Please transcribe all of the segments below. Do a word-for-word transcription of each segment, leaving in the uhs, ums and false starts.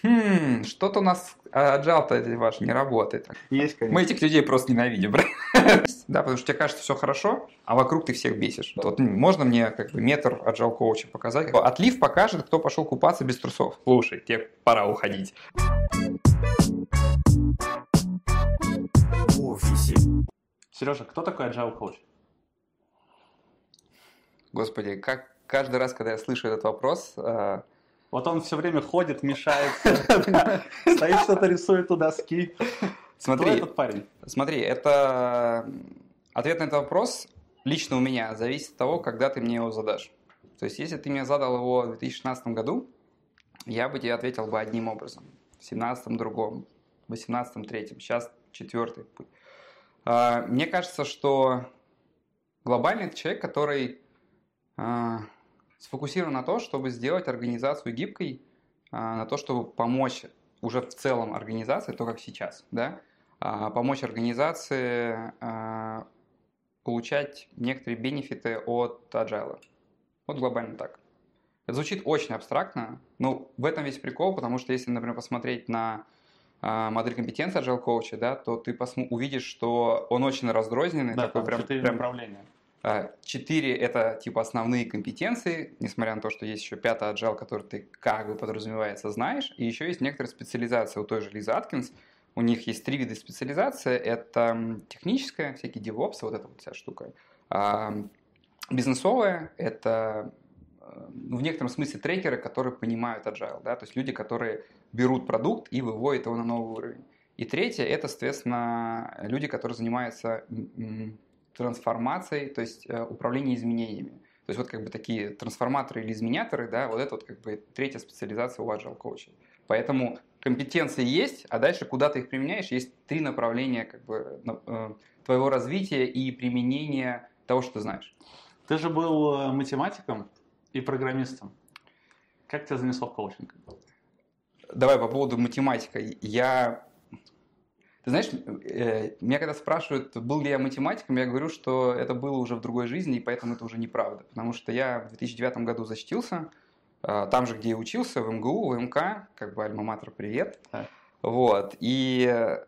Хм, что-то у нас agile-то эти ваш не работает. Есть, конечно. Мы этих людей просто ненавидим. Да, потому что тебе кажется все хорошо, а вокруг ты всех бесишь. Вот можно мне как бы метр agile коуча показать? Отлив покажет, кто пошел купаться без трусов. Слушай, тебе пора уходить. В офисе. Сережа, кто такой agile коуч? Господи, как каждый раз, когда я слышу этот вопрос... Вот он все время ходит, мешается, стоит, что-то рисует у доски. Смотри, Кто этот парень? Смотри, это ответ на этот вопрос лично у меня зависит от того, когда ты мне его задашь. То есть, если ты мне задал его в две тысячи шестнадцатом году, я бы тебе ответил бы одним образом, в семнадцатом другом, в восемнадцатом третьем, сейчас четвертый путь. Мне кажется, что глобальный это человек, который сфокусирован на то, чтобы сделать организацию гибкой, на то, чтобы помочь уже в целом организации, то как сейчас, да, помочь организации получать некоторые бенефиты от agile. Вот глобально так. Это звучит очень абстрактно, но в этом весь прикол, потому что если, например, посмотреть на модель компетенции agile коуча, да, то ты посмо- увидишь, что он очень разрозненный. Да, такой там прям, четыре прям, направления. Четыре – это типа основные компетенции, несмотря на то, что есть еще пятый agile, который ты как бы подразумевается знаешь, и еще есть некоторые специализации у той же Лизы Аткинс. У них есть три вида специализации. Это техническая, всякие DevOps, вот эта вот вся штука. Бизнесовая – это в некотором смысле трекеры, которые понимают agile, да, то есть люди, которые берут продукт и выводят его на новый уровень. И третье – это, соответственно, люди, которые занимаются трансформацией, то есть э, управление изменениями. То есть вот как бы такие трансформаторы или изменяторы, да, вот это вот как бы третья специализация у agile коуча. Поэтому компетенции есть, а дальше куда ты их применяешь, есть три направления как бы э, твоего развития и применения того, что ты знаешь. Ты же был математиком и программистом. Как тебя занесло в коучинг? Давай по поводу математики. Я... Ты знаешь, меня когда спрашивают, был ли я математиком, я говорю, что это было уже в другой жизни, и поэтому это уже неправда. Потому что я в две тысячи девятом году защитился, там же, где я учился, в эм гэ у, в эм ка, как бы альма-матер, привет. Да. Вот. И,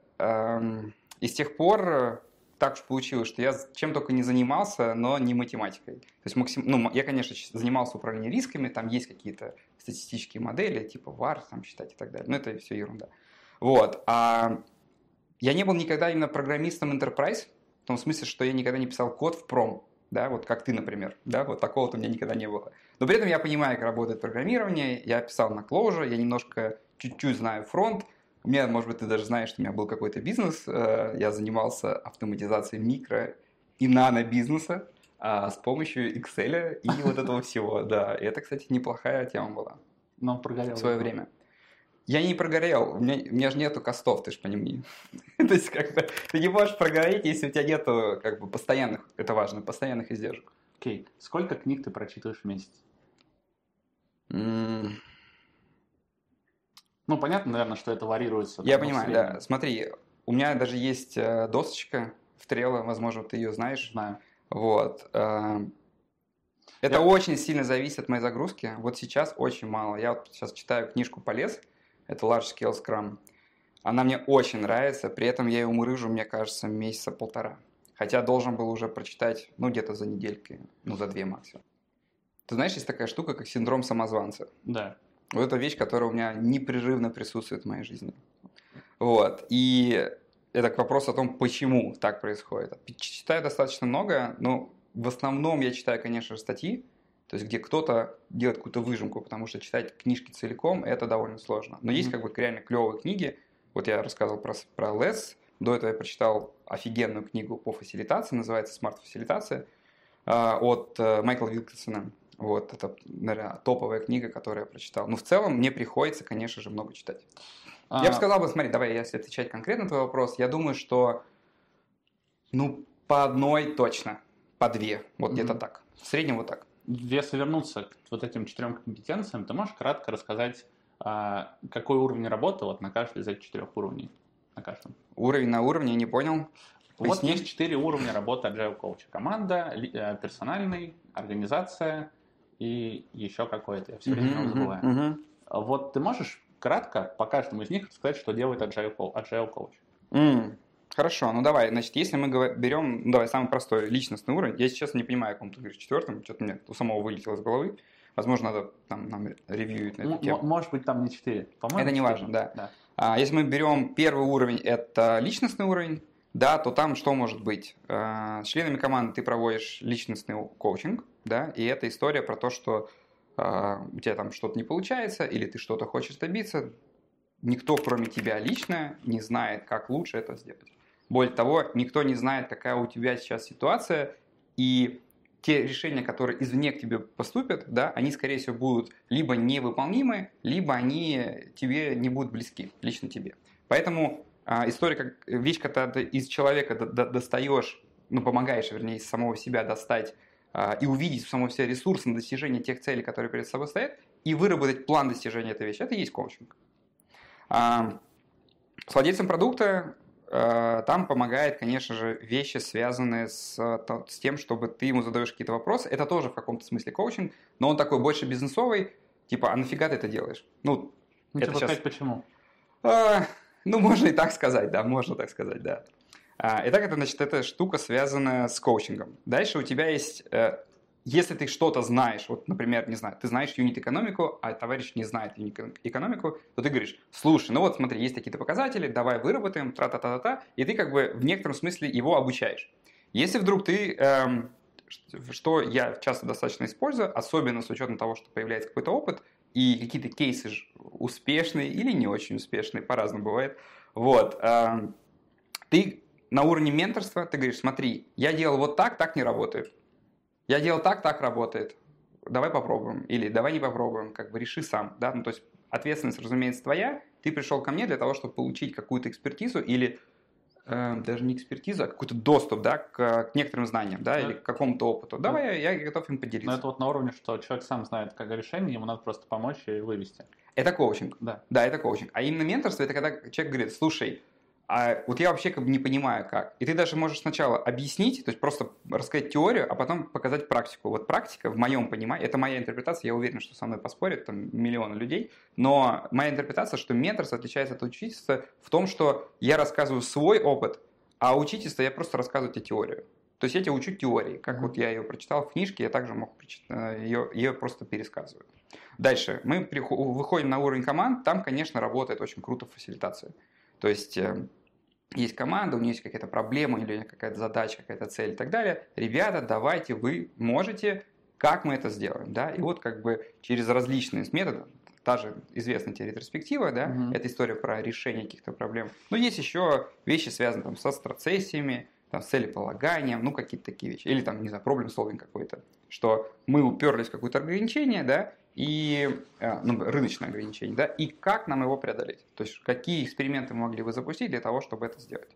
эм, и с тех пор так уж получилось, что я чем только не занимался, но не математикой. То есть максим... ну, я, конечно, занимался управлением рисками, там есть какие-то статистические модели, типа вар там считать и так далее, но это все ерунда. Вот. А я не был никогда именно программистом Enterprise, в том смысле, что я никогда не писал код в пром, да, вот как ты, например, да, вот такого-то у меня никогда не было. Но при этом я понимаю, как работает программирование, я писал на Clojure, я немножко, чуть-чуть знаю фронт, у меня, может быть, ты даже знаешь, что у меня был какой-то бизнес, я занимался автоматизацией микро и нано-бизнеса с помощью Excel и вот этого всего, да, и это, кстати, неплохая тема была. Но прогорел. В свое время. Я не прогорел, у меня, у меня же нету костов, ты же пойми. То есть, как бы, ты не можешь прогореть, если у тебя нету, как бы, постоянных, это важно, постоянных издержек. Окей. Okay. Сколько книг ты прочитываешь в месяц? Mm. Ну, понятно, наверное, что это варируется. Я понимаю, да. Смотри, у меня даже есть досочка в Trello, возможно, ты ее знаешь. Знаю. Вот. Это Я... очень сильно зависит от моей загрузки. Вот сейчас очень мало. Я вот сейчас читаю книжку «Полез». Это Large Scale Scrum. Она мне очень нравится, при этом я ее мурыжу, мне кажется, месяца полтора. Хотя должен был уже прочитать, ну, где-то за недельки, ну, за две максимум. Ты знаешь, есть такая штука, как синдром самозванца. Да. Вот это вещь, которая у меня непрерывно присутствует в моей жизни. Вот. И это к вопросу о том, почему так происходит. Читаю достаточно много, но в основном я читаю, конечно же, статьи, то есть где кто-то делает какую-то выжимку, потому что читать книжки целиком – это довольно сложно. Но mm-hmm. есть как бы реально клевые книги. Вот я рассказывал про, про лес, до этого я прочитал офигенную книгу по фасилитации, называется «Смарт-фасилитация» от Майкла Вилкинсона. Вот, это, наверное, топовая книга, которую я прочитал. Но в целом мне приходится, конечно же, много читать. А... Я бы сказал, бы, смотри, давай, если отвечать конкретно на твой вопрос, я думаю, что, ну, по одной точно, по две, вот mm-hmm. где-то так. В среднем вот так. Если вернуться к вот этим четырем компетенциям, ты можешь кратко рассказать, какой уровень работы вот на каждый из этих четырех уровней? На каждом. Уровень на уровне, я не понял. Вот есть четыре уровня работы Agile Coach. Команда, персональный, организация и еще какой-то. Я все время uh-huh, его забываю. uh-huh. Вот ты можешь кратко по каждому из них сказать, что делает Agile Coach. Mm. Хорошо, ну давай, значит, если мы говор- берем, ну, давай, самый простой, личностный уровень, я сейчас не понимаю, о ком ты говоришь, четвертом, что-то мне у самого вылетело из головы, возможно, надо там нам ревьюить на эту М- тему. Может быть, там не четыре, по-моему. Это не четыре. важно, да. да. А, если мы берем первый уровень, это личностный уровень, да, то там что может быть? А, с членами команды ты проводишь личностный коучинг, да, и это история про то, что а, у тебя там что-то не получается, или ты что-то хочешь добиться, никто, кроме тебя лично, не знает, как лучше это сделать. Более того, никто не знает, какая у тебя сейчас ситуация, и те решения, которые извне к тебе поступят, да, они, скорее всего, будут либо невыполнимы, либо они тебе не будут близки, лично тебе. Поэтому а, история, как вещь, когда ты из человека до, до, достаешь, ну, помогаешь, вернее, из самого себя достать а, и увидеть в самом себе ресурсы на достижение тех целей, которые перед собой стоят, и выработать план достижения этой вещи, это и есть коучинг. А, с владельцем продукта там помогает, конечно же, вещи, связанные с, с тем, чтобы ты ему задаешь какие-то вопросы. Это тоже в каком-то смысле коучинг, но он такой больше бизнесовый, типа, а нафига ты это делаешь? Ну, ну это типа сейчас... сказать, почему? А, ну, можно и так сказать, да, можно так сказать, да. А, итак, это, значит, эта штука, связанная с коучингом. Дальше у тебя есть... Если ты что-то знаешь, вот, например, не знаю, ты знаешь юнит-экономику, а товарищ не знает юнит-экономику, то ты говоришь, слушай, ну вот смотри, есть такие-то показатели, давай выработаем, тра-та-та-та-та, и ты как бы в некотором смысле его обучаешь. Если вдруг ты, эм, что я часто достаточно использую, особенно с учетом того, что появляется какой-то опыт, и какие-то кейсы успешные или не очень успешные, по-разному бывает, вот, эм, ты на уровне менторства, ты говоришь, смотри, я делал вот так, так не работает. Я делал так, так работает. Давай попробуем. Или давай не попробуем. Как бы реши сам. Да? Ну, то есть ответственность, разумеется, твоя. Ты пришел ко мне для того, чтобы получить какую-то экспертизу или э, даже не экспертизу, а какой-то доступ, да, к, к некоторым знаниям, да, да, или к какому-то опыту. Давай, я, я готов им поделиться. Но это вот на уровне, что человек сам знает, как решение, ему надо просто помочь и вывести. Это коучинг. Да. Да, это коучинг. А именно менторство – это когда человек говорит, слушай, а вот я вообще как бы не понимаю, как. И ты даже можешь сначала объяснить, то есть просто рассказать теорию, а потом показать практику. Вот практика, в моем понимании, это моя интерпретация, я уверен, что со мной поспорят там миллионы людей, но моя интерпретация, что менторство отличается от учительства в том, что я рассказываю свой опыт, а учительство я просто рассказываю тебе теорию. То есть я тебя учу теории, как mm-hmm. вот я ее прочитал в книжке, я также мог прочитать, ее, ее просто пересказываю. Дальше мы выходим на уровень команд, там, конечно, работает очень круто фасилитация. То есть э, есть команда, у нее есть какая-то проблема, или какая-то задача, какая-то цель и так далее. Ребята, давайте, вы можете, как мы это сделаем, да? И вот как бы через различные методы, та же известная тебе ретроспектива, да, mm-hmm. это история про решение каких-то проблем. Но есть еще вещи, связанные там, со страцессиями, там, с целеполаганием, ну какие-то такие вещи. Или там, не знаю, проблем-солвинг какой-то, что мы уперлись в какое-то ограничение, да, и ну, рыночное ограничение, да, и как нам его преодолеть. То есть какие эксперименты мы могли бы запустить для того, чтобы это сделать.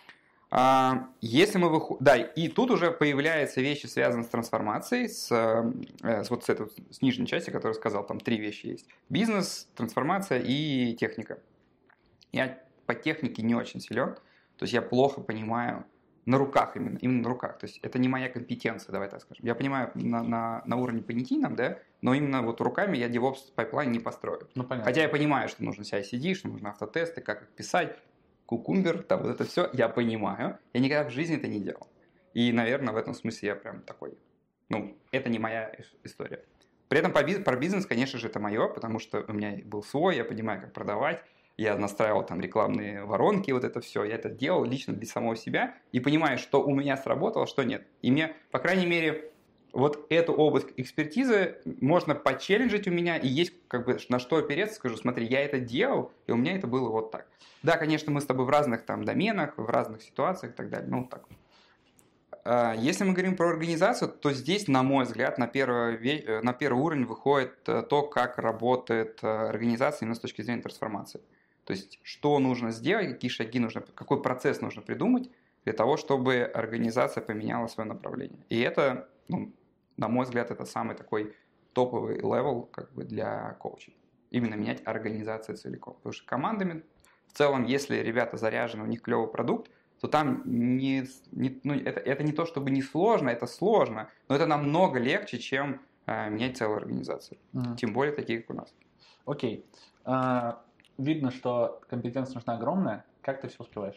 А, если мы выходим... Да, и тут уже появляются вещи, связанные с трансформацией, с, с вот с этой с нижней части, которую я сказал, там три вещи есть. Бизнес, трансформация и техника. Я по технике не очень силен, то есть я плохо понимаю на руках именно, именно на руках. То есть это не моя компетенция, давай так скажем. Я понимаю на, на, на уровне понятийном, да, но именно вот руками я DevOps пайплайн не построю. Ну, понятно. Хотя я понимаю, что нужно си ай си ди, что нужно автотесты, как их писать, кукумбер, там вот это все, я понимаю. Я никогда в жизни это не делал. И, наверное, в этом смысле я прям такой, ну, это не моя история. При этом про бизнес, конечно же, это мое, потому что у меня был свой, я понимаю, как продавать. Я настраивал там рекламные воронки, вот это все. Я это делал лично для самого себя и понимаю, что у меня сработало, что нет. И мне, по крайней мере, вот эту область экспертизы можно почелленджить у меня, и есть как бы на что опереться, скажу, смотри, я это делал, и у меня это было вот так. Да, конечно, мы с тобой в разных там доменах, в разных ситуациях и так далее, ну вот так. Если мы говорим про организацию, то здесь, на мой взгляд, на первый, на первый уровень выходит то, как работает организация именно с точки зрения трансформации. То есть, что нужно сделать, какие шаги нужно, какой процесс нужно придумать для того, чтобы организация поменяла свое направление. И это, ну, на мой взгляд, это самый такой топовый левел как бы для коучей. Именно менять организацию целиком. Потому что командами, в целом, если ребята заряжены, у них клевый продукт, то там не, не, ну, это, это не то, чтобы не сложно, это сложно, но это намного легче, чем э, менять целую организацию. Mm-hmm. Тем более такие, как у нас. Окей. Okay. Uh... видно, что компетенция нужна огромная. Как ты все успеваешь?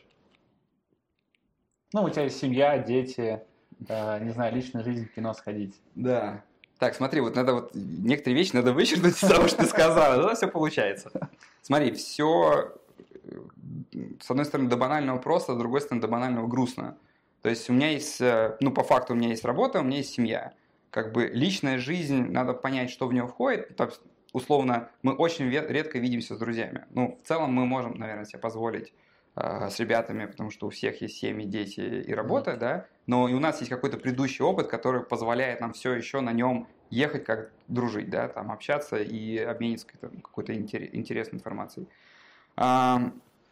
Ну, у тебя есть семья, дети, э, не знаю, личная жизнь, в кино сходить. Да. Так, смотри, вот надо вот некоторые вещи надо вычеркнуть из того, что ты сказал, тогда все получается. Смотри, все, с одной стороны, до банального просто, с другой стороны, до банального грустно. То есть у меня есть, ну, по факту у меня есть работа, у меня есть семья. Как бы личная жизнь, надо понять, что в нее входит. То есть, условно, мы очень редко видимся с друзьями. Ну, в целом мы можем, наверное, себе позволить с ребятами, потому что у всех есть семьи, дети и работа, mm-hmm. да, но и у нас есть какой-то предыдущий опыт, который позволяет нам все еще на нем ехать, как дружить, да, там общаться и обмениться какой-то интересной информацией. А,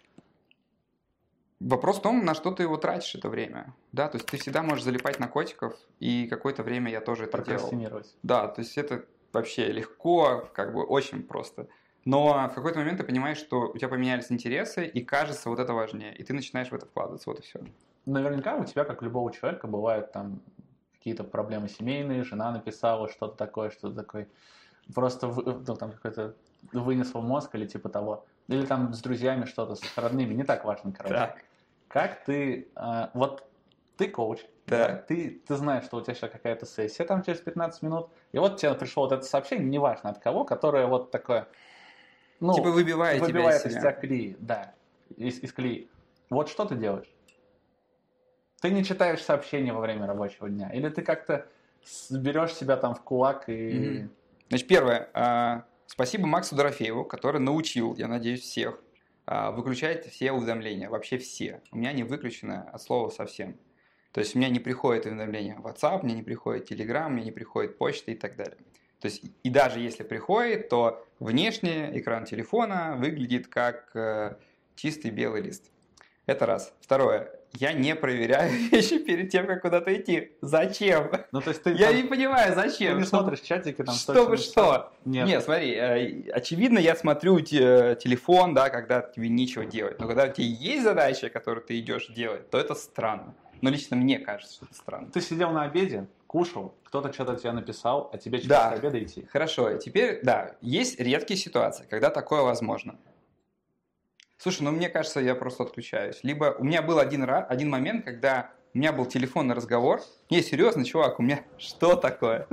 вопрос в том, на что ты его тратишь это время, да, то есть ты всегда можешь залипать на котиков, и какое-то время я тоже это делал. Да, то есть это вообще легко, как бы очень просто. Но в какой-то момент ты понимаешь, что у тебя поменялись интересы, и кажется, вот это важнее. И ты начинаешь в это вкладываться, вот и все. Наверняка у тебя, как у любого человека, бывают там какие-то проблемы семейные, жена написала что-то такое, что-то такое. Просто ну, там какой-то вынесло мозг или типа того. Или там с друзьями что-то, с родными, не так важно, короче. Так. Как ты... Э, вот ты коуч, да. ты, ты знаешь, что у тебя сейчас какая-то сессия там через пятнадцать минут, и вот тебе пришло вот это сообщение, неважно от кого, которое вот такое... Ну, типа выбивает, выбивает тебя из из тебя колеи, да, из, из колеи. Вот что ты делаешь? Ты не читаешь сообщения во время рабочего дня? Или ты как-то берешь себя там в кулак и... Mm-hmm. Значит, первое. Спасибо Максу Дорофееву, который научил, я надеюсь, всех выключать все уведомления, вообще все. У меня не выключено от слова совсем. То есть у меня не приходит уведомления в WhatsApp, мне не приходит Telegram, мне не приходит почта и так далее. То есть, и даже если приходит, то внешне экран телефона выглядит как э, чистый белый лист. Это раз. Второе. Я не проверяю вещи перед тем, как куда-то идти. Зачем? Ну, то есть ты я там... не понимаю, зачем. Ты не смотришь чатики там... Чтобы что? Нет. Нет, смотри, э, очевидно, я смотрю те, телефон, да, когда тебе нечего делать. Но когда у тебя есть задача, которую ты идешь делать, то это странно. Но лично мне кажется, что это странно. Ты сидел на обеде, кушал, кто-то что-то тебе написал, а тебе через да. обеда идти. Хорошо, теперь, да, есть редкие ситуации, когда такое возможно. Слушай, ну мне кажется, я просто отключаюсь. Либо у меня был один, раз, один момент, когда у меня был телефонный разговор. Не, серьезно, чувак, у меня что такое?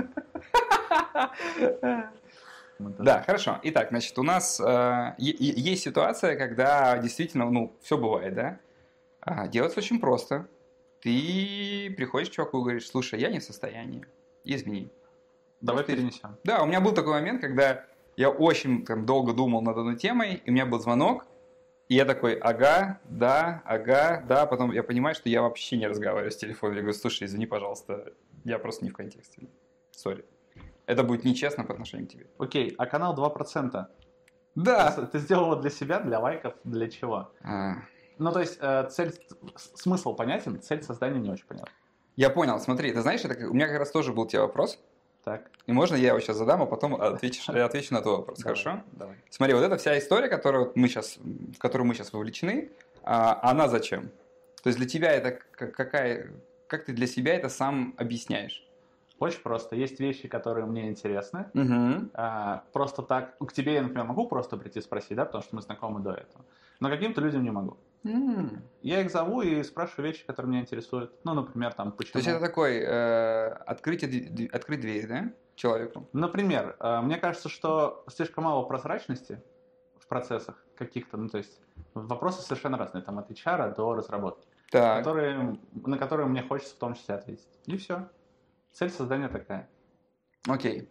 Да, хорошо. Итак, значит, у нас есть ситуация, когда действительно, ну, все бывает, да? Делается очень просто. Ты приходишь к чуваку и говоришь: слушай, я не в состоянии, извини. Давай Просто перенесем. Да, у меня был такой момент, когда я очень там, долго думал над одной темой, и у меня был звонок, и я такой: ага, да, ага, да. Потом я понимаю, что я вообще не разговариваю с телефоном. Я говорю: слушай, извини, пожалуйста, я просто не в контексте. Сори. Это будет нечестно по отношению к тебе. Окей, а канал два процента? Да. Ты, ты сделал его для себя, для лайков, для чего? А... Ну, то есть, э, цель, смысл понятен, цель создания не очень понятна. Я понял, смотри, ты знаешь, это, у меня как раз тоже был тебе вопрос. Так. И можно я его сейчас задам, а потом отвечу, отвечу на твой вопрос, давай, хорошо? Давай. Смотри, вот эта вся история, которую мы сейчас, в которую мы сейчас вовлечены, она зачем? То есть для тебя это какая... Как ты для себя это сам объясняешь? Очень просто. Есть вещи, которые мне интересны. Угу. А, просто так... К тебе я, например, могу просто прийти спросить, да, потому что мы знакомы до этого. Но каким-то людям не могу. Mm. Я их зову и спрашиваю вещи, которые меня интересуют. Ну, например, там, почему... То есть это такой, э, открыть, открыть дверь, да, человеку? Например, э, мне кажется, что слишком мало прозрачности в процессах каких-то, ну, то есть вопросы совершенно разные, там, от эйч ар до разработки, которые, на которые мне хочется в том числе ответить. И все. Цель создания такая. Окей.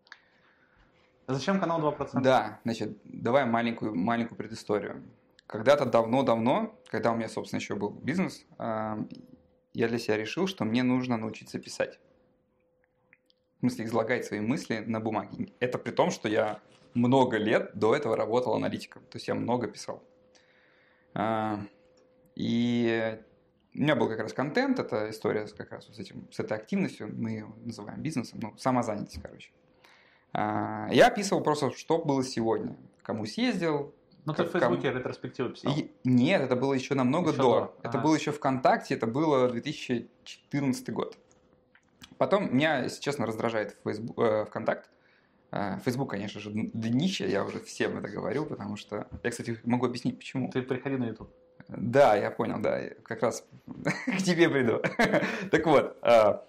Зачем канал два процента? Да, значит, давай маленькую, маленькую предысторию. Когда-то давно-давно, когда у меня, собственно, еще был бизнес, я для себя решил, что мне нужно научиться писать. В смысле, излагать свои мысли на бумаге. Это при том, что я много лет до этого работал аналитиком. То есть я много писал. И у меня был как раз контент, это история как раз с, этим, с этой активностью, мы ее называем бизнесом, ну, самозанятость, короче. Я описывал просто, что было сегодня, кому съездил. Ну, ты в Фейсбуке ком... ретроспективу писал? И... Нет, это было еще намного еще до. до. Это ага. было еще ВКонтакте, это было две тысячи четырнадцатый год. Потом меня, если честно, раздражает Фейсбук, э, ВКонтакт. Facebook, конечно же, днище, я уже всем это говорю, потому что... Я, кстати, могу объяснить, почему. Ты приходи на YouTube. Да, я понял, да, как раз к тебе приду. Так вот, я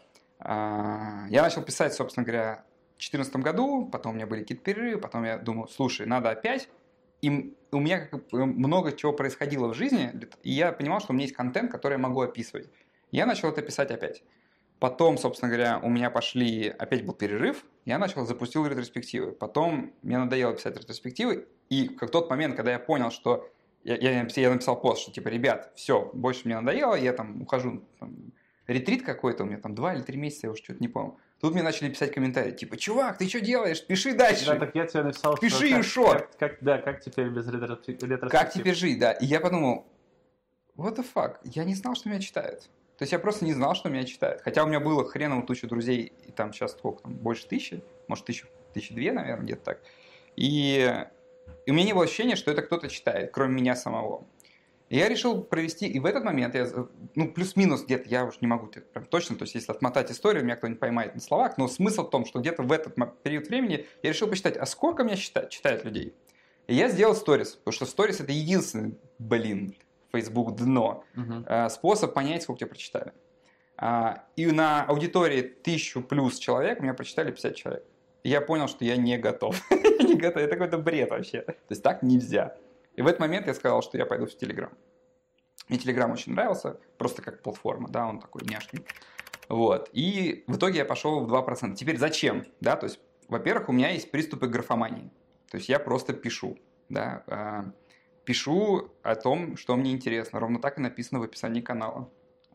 начал писать, собственно говоря, в две тысячи четырнадцатом году, потом у меня были какие-то перерывы, потом я думал, слушай, надо опять. И у меня как много чего происходило в жизни, и я понимал, что у меня есть контент, который я могу описывать. Я начал это писать опять. Потом, собственно говоря, у меня пошли, опять был перерыв, я начал, запустил ретроспективы. Потом мне надоело писать ретроспективы, и в тот момент, когда я понял, что я, я, написал, я написал пост, что типа, ребят, все, больше мне надоело, я там ухожу, там, ретрит какой-то, у меня там два или три месяца, я уже что-то не помню. Тут мне начали писать комментарии, типа, чувак, ты что делаешь? Пиши дальше. Да, так я тебе написал, Пиши что и шо. Как, как, да, как теперь без ретроспективы? Как теперь жить, да. И я подумал, what the fuck, я не знал, что меня читают. То есть я просто не знал, что меня читают. Хотя у меня было хреново туча друзей, и там сейчас сколько там, больше тысячи, может, тысячу, тысячи две, наверное, где-то так. И, и у меня не было ощущения, что это кто-то читает, кроме меня самого. И я решил провести, и в этот момент, я, ну, плюс-минус где-то, я уж не могу прям точно, то есть если отмотать историю, меня кто-нибудь поймает на словах, но смысл в том, что где-то в этот период времени я решил посчитать, а сколько меня читает, читает людей. И я сделал сторис, потому что сторис это единственный, блин, Facebook дно, uh-huh. способ понять, сколько тебя прочитали. И на аудитории тысячу плюс человек меня прочитали пятьдесят человек. И я понял, что я не готов. не готов. Это какой-то бред вообще. То есть так нельзя. И в этот момент я сказал, что я пойду в Telegram. Мне Telegram очень нравился, просто как платформа, да, он такой няшный. Вот. И в итоге я пошел в два процента. Теперь зачем? Да, то есть, во-первых, у меня есть приступы к графомании. То есть я просто пишу, да, пишу о том, что мне интересно. Ровно так и написано в описании канала.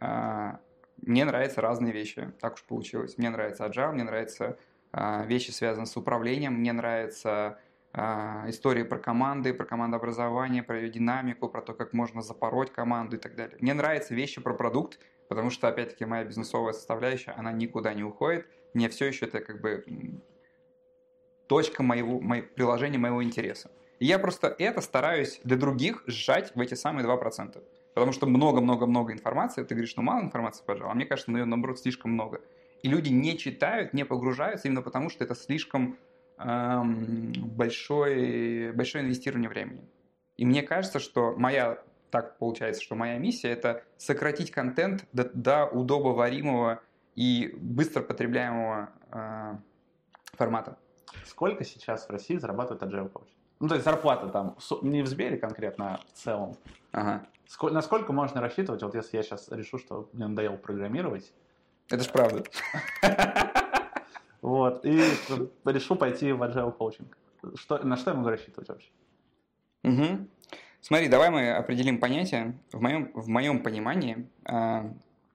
Мне нравятся разные вещи, так уж получилось. Мне нравится Agile, мне нравятся вещи, связанные с управлением, мне нравятся истории про команды, про командообразование, про ее динамику, про то, как можно запороть команду и так далее. Мне нравятся вещи про продукт, потому что, опять-таки, моя бизнесовая составляющая, она никуда не уходит. Мне все еще это как бы точка моего, моего приложения моего интереса. И я просто это стараюсь для других сжать в эти самые два процента. Потому что много-много-много информации. Ты говоришь, ну мало информации, пожалуй. А мне кажется, ну ее, наоборот, слишком много. И люди не читают, не погружаются именно потому, что это слишком эм, большое, большое инвестирование времени. И мне кажется, что моя, так получается, что моя миссия – это сократить контент до, до удобоваримого и быстро потребляемого э, формата. Сколько сейчас в России зарабатывает Agile Coach? Ну, то есть зарплата там, не в Сбере конкретно, а в целом. Ага. Сколько, насколько можно рассчитывать, вот если я сейчас решу, что мне надоело программировать? Это ж правда. Вот, и решу пойти в Agile Coaching. Что, на что я могу рассчитывать вообще? Угу. Смотри, давай мы определим понятие. В моем, в моем понимании э,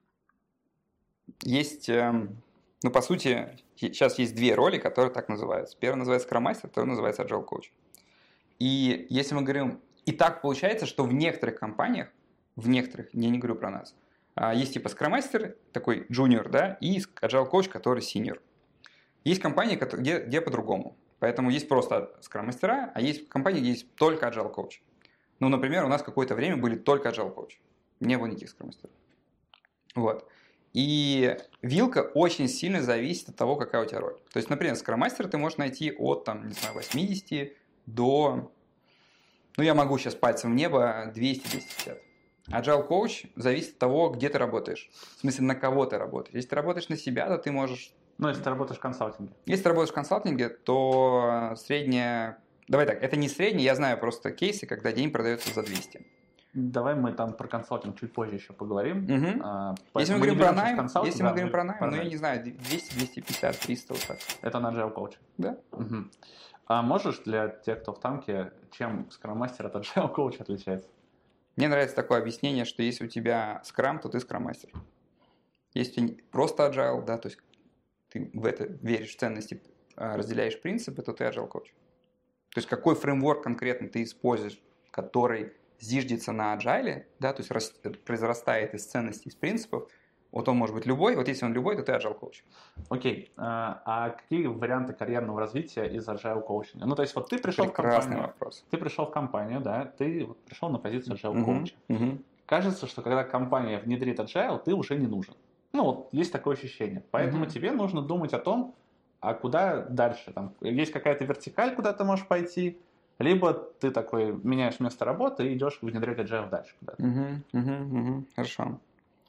есть, э, ну, по сути, сейчас есть две роли, которые так называются. Первая называется Scrum Master, вторая называется Agile Coach. И если мы говорим, и так получается, что в некоторых компаниях, в некоторых, я не говорю про нас, есть типа Scrum Master, такой junior, да, и Agile Coach, который senior. Есть компании, где, где по-другому. Поэтому есть просто Scrum Master, а есть компании, где есть только Agile Coach. Ну, например, у нас какое-то время были только Agile Coach. Не было никаких Scrum Master. Вот. И вилка очень сильно зависит от того, какая у тебя роль. То есть, например, Scrum Master ты можешь найти от, там, не знаю, восьмидесяти до, ну, я могу сейчас пальцем в небо, двести - двести пятьдесят. Agile Coach зависит от того, где ты работаешь. В смысле, на кого ты работаешь. Если ты работаешь на себя, то ты можешь... Ну, если ты работаешь в консалтинге. Если ты работаешь в консалтинге, то средняя... Давай так, это не средний, я знаю просто кейсы, когда день продается за двести. Давай мы там про консалтинг чуть позже еще поговорим. Угу. А, если мы, мы говорим про найм, если мы говорим про найм, ну, я не знаю, двести - двести пятьдесят - триста вот так. Это на Agile Coach? Да. Угу. А можешь для тех, кто в танке, чем Scrum Master от Agile Coach отличается? Мне нравится такое объяснение, что если у тебя Scrum, то ты Scrum Master. Если просто Agile, да, то есть ты в это веришь в ценности, разделяешь принципы, то ты Agile Coach. То есть какой фреймворк конкретно ты используешь, который зиждется на Agile, да, то есть рас, произрастает из ценностей, из принципов, вот он может быть любой, вот если он любой, то ты Agile Coach. Окей, а какие варианты карьерного развития из Agile Coaching? Ну, то есть вот ты пришел Прекрасный в компанию, вопрос. Ты пришел в компанию, да, ты вот пришел на позицию Agile uh-huh, Coach. uh-huh. Кажется, что когда компания внедрит Agile, ты уже не нужен. Ну, вот есть такое ощущение. Поэтому uh-huh. тебе нужно думать о том, а куда дальше? Там есть какая-то вертикаль, куда ты можешь пойти, либо ты такой меняешь место работы и идешь внедрять agile дальше куда-то. Угу, угу, угу. Хорошо.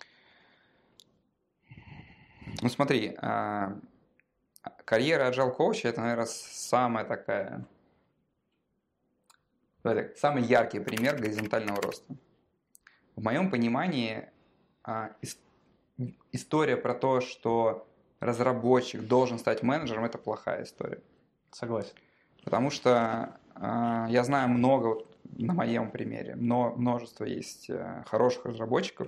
Ну смотри, карьера agile коуча это, наверное, самая такая, самый яркий пример горизонтального роста. В моем понимании история про то, что разработчик должен стать менеджером, это плохая история. Согласен. Потому что э, я знаю много, вот, на моем примере, но множество есть э, хороших разработчиков,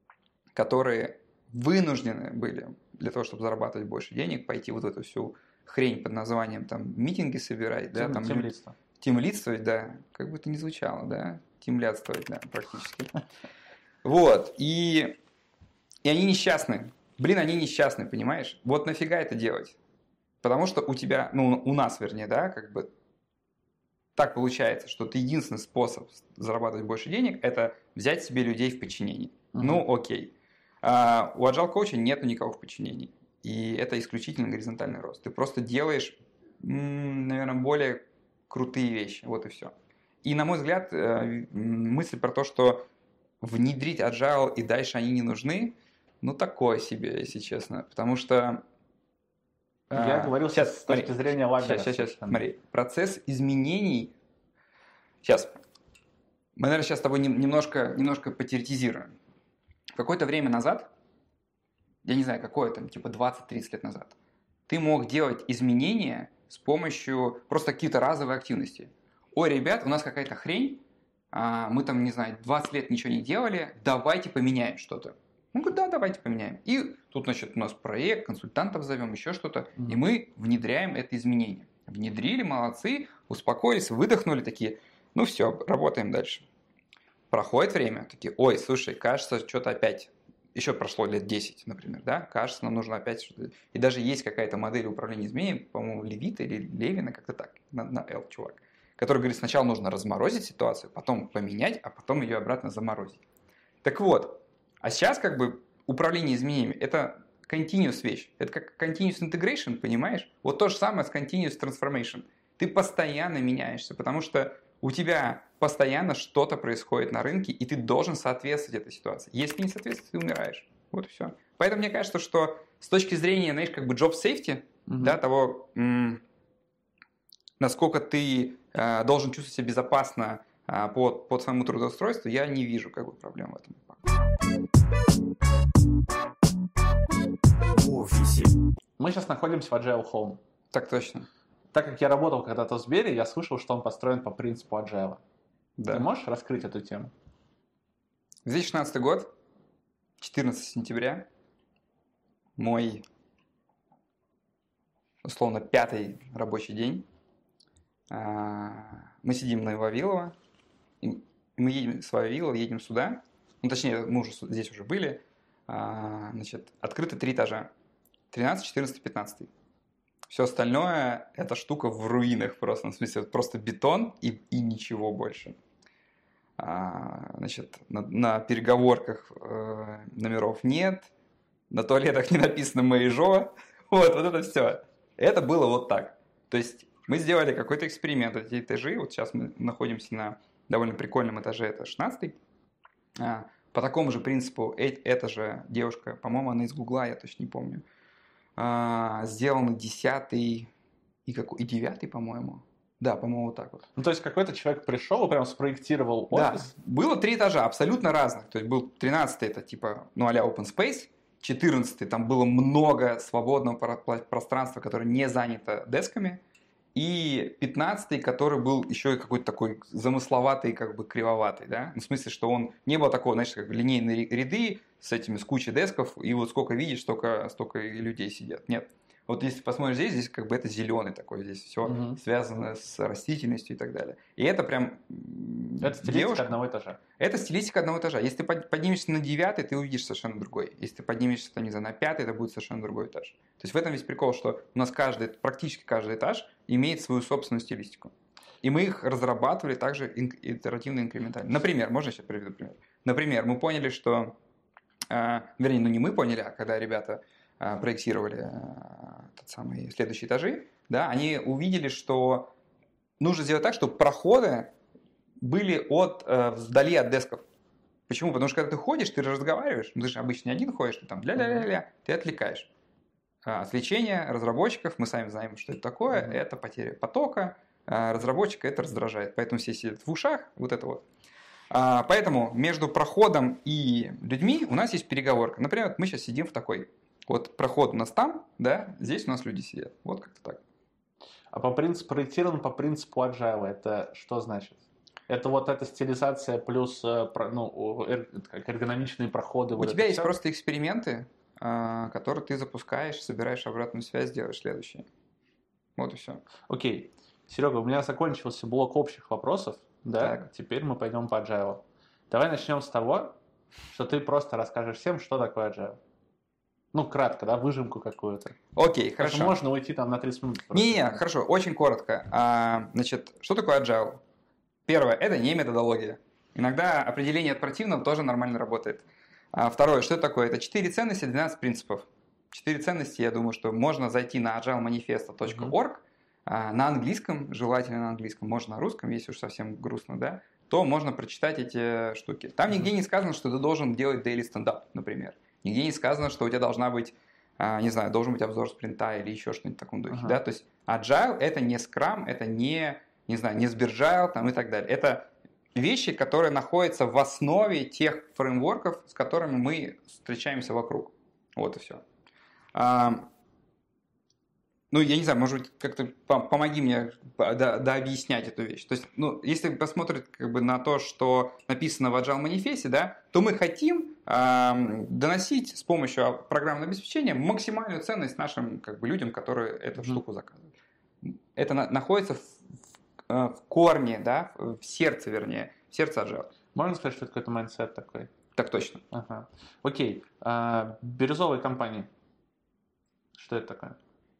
которые вынуждены были для того, чтобы зарабатывать больше денег, пойти вот в эту всю хрень под названием там митинги собирать, да, там тимлидство. Тимлидствовать, да, как бы это ни звучало, да, тимлядствовать, да, практически. Вот, и, и они несчастны. Блин, они несчастны, понимаешь? Вот нафига это делать? Потому что у тебя, ну, у нас, вернее, да, как бы так получается, что ты единственный способ зарабатывать больше денег – это взять себе людей в подчинении. Uh-huh. Ну, окей. А у agile коуча нету никого в подчинении. И это исключительно горизонтальный рост. Ты просто делаешь, наверное, более крутые вещи. Вот и все. И, на мой взгляд, мысль про то, что внедрить agile и дальше они не нужны, ну, такое себе, если честно. Потому что... Я а, говорил сейчас с точки смотри, зрения лагера. Сейчас, сейчас, сейчас, смотри. Процесс изменений... Сейчас. Мы, наверное, сейчас с тобой немножко, немножко потеоретизируем. Какое-то время назад, я не знаю, какое там, типа двадцать-тридцать лет назад, ты мог делать изменения с помощью просто каких-то разовой активности. Ой, ребят, у нас какая-то хрень, мы там, не знаю, двадцать лет ничего не делали, давайте поменяем что-то. Он говорит, да, давайте поменяем. И тут, значит, у нас проект, консультантов зовем, еще что-то, mm-hmm. и мы внедряем это изменение. Внедрили, молодцы, успокоились, выдохнули, такие, ну все, работаем дальше. Проходит время, такие, ой, слушай, кажется, что-то опять, еще прошло лет десять, например, да, кажется, нам нужно опять что-то. И даже есть какая-то модель управления изменениями, по-моему, Левита или Левина, как-то так, на, на L, чувак, который говорит, сначала нужно разморозить ситуацию, потом поменять, а потом ее обратно заморозить. Так вот, а сейчас как бы управление изменениями – это continuous вещь. Это как continuous integration, понимаешь? Вот то же самое с continuous transformation. Ты постоянно меняешься, потому что у тебя постоянно что-то происходит на рынке, и ты должен соответствовать этой ситуации. Если не соответствуешь, ты умираешь. Вот и все. Поэтому мне кажется, что с точки зрения, знаешь, как бы job safety, mm-hmm. да, того, м- насколько ты э, должен чувствовать себя безопасно э, по, по своему трудоустройству, я не вижу как бы проблем в этом. В офисе. Мы сейчас находимся в Agile Home. Так точно. Так как я работал когда-то в Сбере, я слышал, что он построен по принципу Agile. Да. Ты можешь раскрыть эту тему? две тысячи шестнадцатый год, четырнадцатого сентября, мой, условно, пятый рабочий день. Мы сидим на Вавилова, и мы едем с Вавилова, едем сюда. Ну, точнее, мы уже здесь уже были. Значит, открыты три этажа. тринадцатый, четырнадцатый, пятнадцатый. Все остальное – это штука в руинах просто. В смысле, просто бетон и, и ничего больше. А, значит, на, на переговорках э, номеров нет, на туалетах не написано «Мэйжо». Вот, вот это все. Это было вот так. То есть мы сделали какой-то эксперимент. Эти этажи, вот сейчас мы находимся на довольно прикольном этаже, это шестнадцатый. А, по такому же принципу, э, эта же девушка, по-моему, она из Гугла, я точно не помню, а, сделаны десятый и, и девятый, по-моему. Да, по-моему, вот так вот. Ну, то есть какой-то человек пришел и прям спроектировал офис? Да, было три этажа, абсолютно разных. То есть был тринадцатый, это типа, ну, а-ля open space. четырнадцатый, там было много свободного пространства, которое не занято десками. И пятнадцатый, который был еще и какой-то такой замысловатый, как бы кривоватый, да? Ну, в смысле, что он не был такого, знаешь, как линейные ряды с этими, с кучей десков, и вот сколько видишь, столько, столько и людей сидят. Нет. Вот если посмотришь здесь, здесь как бы это зеленый такой, здесь все угу. связано с растительностью и так далее. И это прям Это стилистика девушка. одного этажа. Это стилистика одного этажа. Если ты поднимешься на девятый, ты увидишь совершенно другой. Если ты поднимешься, там, не знаю, на пятый, это будет совершенно другой этаж. То есть в этом весь прикол, что у нас каждый, практически каждый этаж имеет свою собственную стилистику. И мы их разрабатывали также итеративно, инкрементально. Например, можно сейчас приведу пример? Например, мы поняли, что... Э, вернее, ну не мы поняли, а когда ребята проектировали тот самый следующие этажи, да, они увидели, что нужно сделать так, чтобы проходы были от, вдали от десков. Почему? Потому что когда ты ходишь, ты разговариваешь, ну, ты же обычно не один ходишь, ты там ля-ля-ля-ля, ты отвлекаешь. Отвлечение разработчиков, мы сами знаем, что это такое, mm-hmm. это потеря потока, разработчика это раздражает, поэтому все сидят в ушах, вот это вот. Поэтому между проходом и людьми у нас есть переговорка. Например, мы сейчас сидим в такой, вот проход у нас там, да, здесь у нас люди сидят, вот как-то так. А по принципу, проектирован по принципу Agile, это что значит? Это вот эта стилизация плюс ну, эргономичные проходы. У вот тебя есть все? Просто эксперименты, которые ты запускаешь, собираешь обратную связь, делаешь следующие. Вот и все. Окей. Серега, у меня закончился блок общих вопросов. Да? Так. Теперь мы пойдем по Agile. Давай начнем с того, что ты просто расскажешь всем, что такое Agile. Ну, кратко, да, выжимку какую-то. Окей, Потому хорошо. Можно уйти там на тридцать минут. Не-не, хорошо, очень коротко. А, значит, что такое Agile? Первое, это не методология. Иногда определение от противного тоже нормально работает. А второе, что это такое? Это четыре ценности, двенадцать принципов. Четыре ценности, я думаю, что можно зайти на agile manifesto точка org, mm-hmm. а, на английском, желательно на английском, можно на русском, если уж совсем грустно, да, то можно прочитать эти штуки. Там mm-hmm. нигде не сказано, что ты должен делать daily stand-up, например. Нигде не сказано, что у тебя должна быть, а, не знаю, должен быть обзор спринта или еще что-нибудь в таком духе. Uh-huh. Да? То есть agile это не Scrum, это не, не знаю, не Sbergile там, и так далее. Это вещи, которые находятся в основе тех фреймворков, с которыми мы встречаемся вокруг. Вот и все. А, ну, я не знаю, может быть, как-то помоги мне дообъяснять эту вещь. То есть, ну, если посмотреть как бы на то, что написано в Agile Manifesto, да, то мы хотим э, доносить с помощью программного обеспечения максимальную ценность нашим как бы, людям, которые эту mm-hmm. штуку заказывают. Это на, находится в, в, в корне, да, в сердце, вернее, в сердце Agile. Можно сказать, что это какой-то майндсет такой? Так точно. Ага. Окей. А, бирюзовые компании. Что это такое?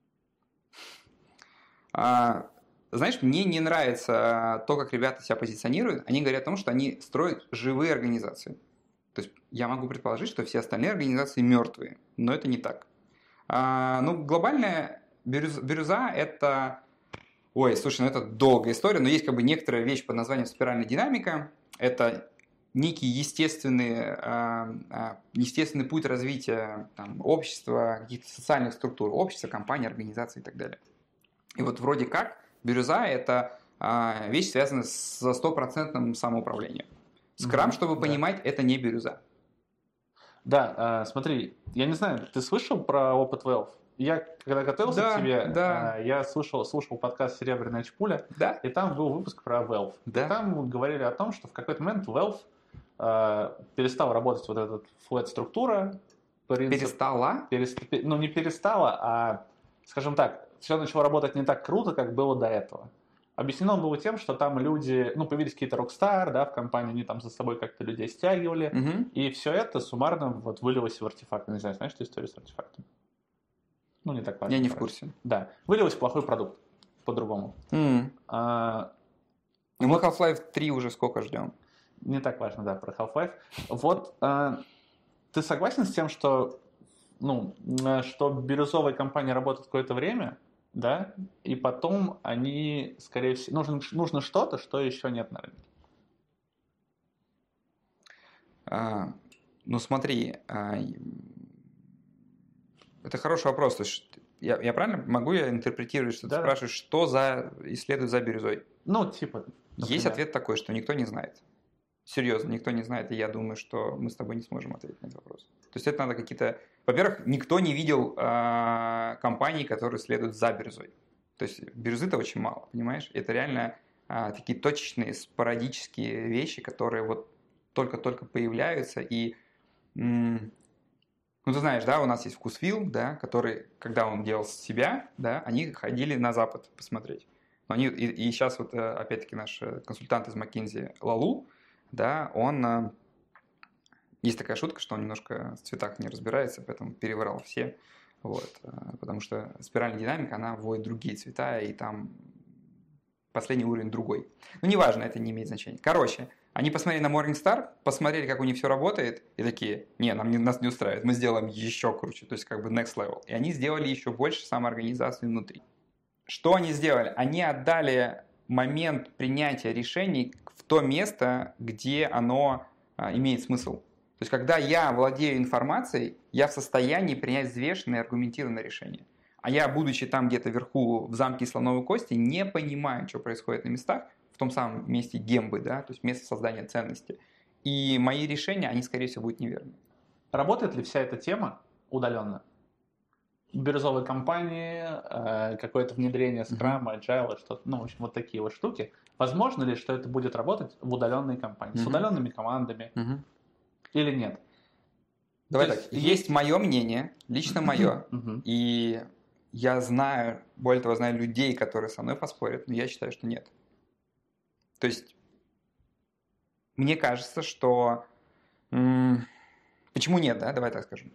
А, знаешь, мне не нравится то, как ребята себя позиционируют. Они говорят о том, что они строят живые организации. То есть я могу предположить, что все остальные организации мертвые, но это не так. А, ну, глобальная бирюза, бирюза – это… Ой, слушай, ну это долгая история, но есть как бы некоторая вещь под названием спиральная динамика. Это некий естественный, естественный путь развития там, общества, каких-то социальных структур, общества, компаний, организаций и так далее. И вот вроде как бирюза – это вещь, связанная со стопроцентным самоуправлением. Скрам, mm-hmm, чтобы да. понимать, это не бирюза. Да, смотри, я не знаю, ты слышал про опыт Valve? Я, когда готовился да, к тебе, да. я слушал, слушал подкаст «Серебряная чпуля», да. и там был выпуск про Valve. Да. И там говорили о том, что в какой-то момент Valve э, перестал работать вот эта флэт-структура. Принцип, перестала? Перест, ну, не перестала, а, скажем так, все начало работать не так круто, как было до этого. Объяснено было тем, что там люди, ну, появились какие-то рокстар, да, в компании, они там за собой как-то людей стягивали, угу. и все это суммарно вот вылилось в артефакт. Не знаю, знаешь, что история с артефактом? Ну, не так важно. Я не в курсе. Да. Вылилось в плохой продукт. По-другому. Mm. А, И мы Half-Life три уже сколько ждем? Не так важно, да, про Half-Life. Вот а, ты согласен с тем, что, ну, что бирюзовые компании работают какое-то время, да, и потом они, скорее всего, нужно, нужно что-то, что еще нет на рынке? А, ну, смотри, а, это хороший вопрос. То есть, я, я правильно могу я интерпретировать, что да. ты спрашиваешь, что за исследует за бирюзой? Ну, типа. Например. Есть ответ такой, что никто не знает. Серьезно, никто не знает, и я думаю, что мы с тобой не сможем ответить на этот вопрос. То есть это надо какие-то… Во-первых, никто не видел э, компаний, которые следуют за бирюзой. То есть бирюзы-то очень мало, понимаешь? Это реально э, такие точечные, спорадические вещи, которые вот только-только появляются. И, м- ну ты знаешь, да, у нас есть Вкусвилл, да, который, когда он делал себя, да, они ходили на Запад посмотреть. Но они, и, и сейчас вот опять-таки наш консультант из McKinsey Лалу, да, он… Есть такая шутка, что он немножко в цветах не разбирается, поэтому переврал все. Вот, потому что спиральная динамика, она вводит другие цвета, и там последний уровень другой. Ну, неважно, это не имеет значения. Короче, Они посмотрели на Morningstar, посмотрели, как у них все работает, и такие, не, нам не, нас не устраивает, мы сделаем еще круче, то есть как бы next level. И они сделали еще больше самоорганизации внутри. Что они сделали? Они отдали момент принятия решений в то место, где оно а, имеет смысл. То есть когда я владею информацией, я в состоянии принять взвешенное и аргументированное решение. А я, будучи там где-то вверху в замке слоновой кости, не понимаю, что происходит на местах, в том самом месте гембы, да, то есть место создания ценности. И мои решения, они, скорее всего, будут неверны. Работает ли вся эта тема удаленно? Бирюзовые компании, какое-то внедрение скрама, agile, что-то, ну, в общем, вот такие вот штуки. Возможно ли, что это будет работать в удаленной компании, mm-hmm. с удаленными командами mm-hmm. или нет? Давай То так, есть, есть мое мнение, лично мое, mm-hmm. и я знаю, более того, знаю людей, которые со мной поспорят, но я считаю, что нет. То есть, мне кажется, что... М- почему нет, да? Давай так скажем.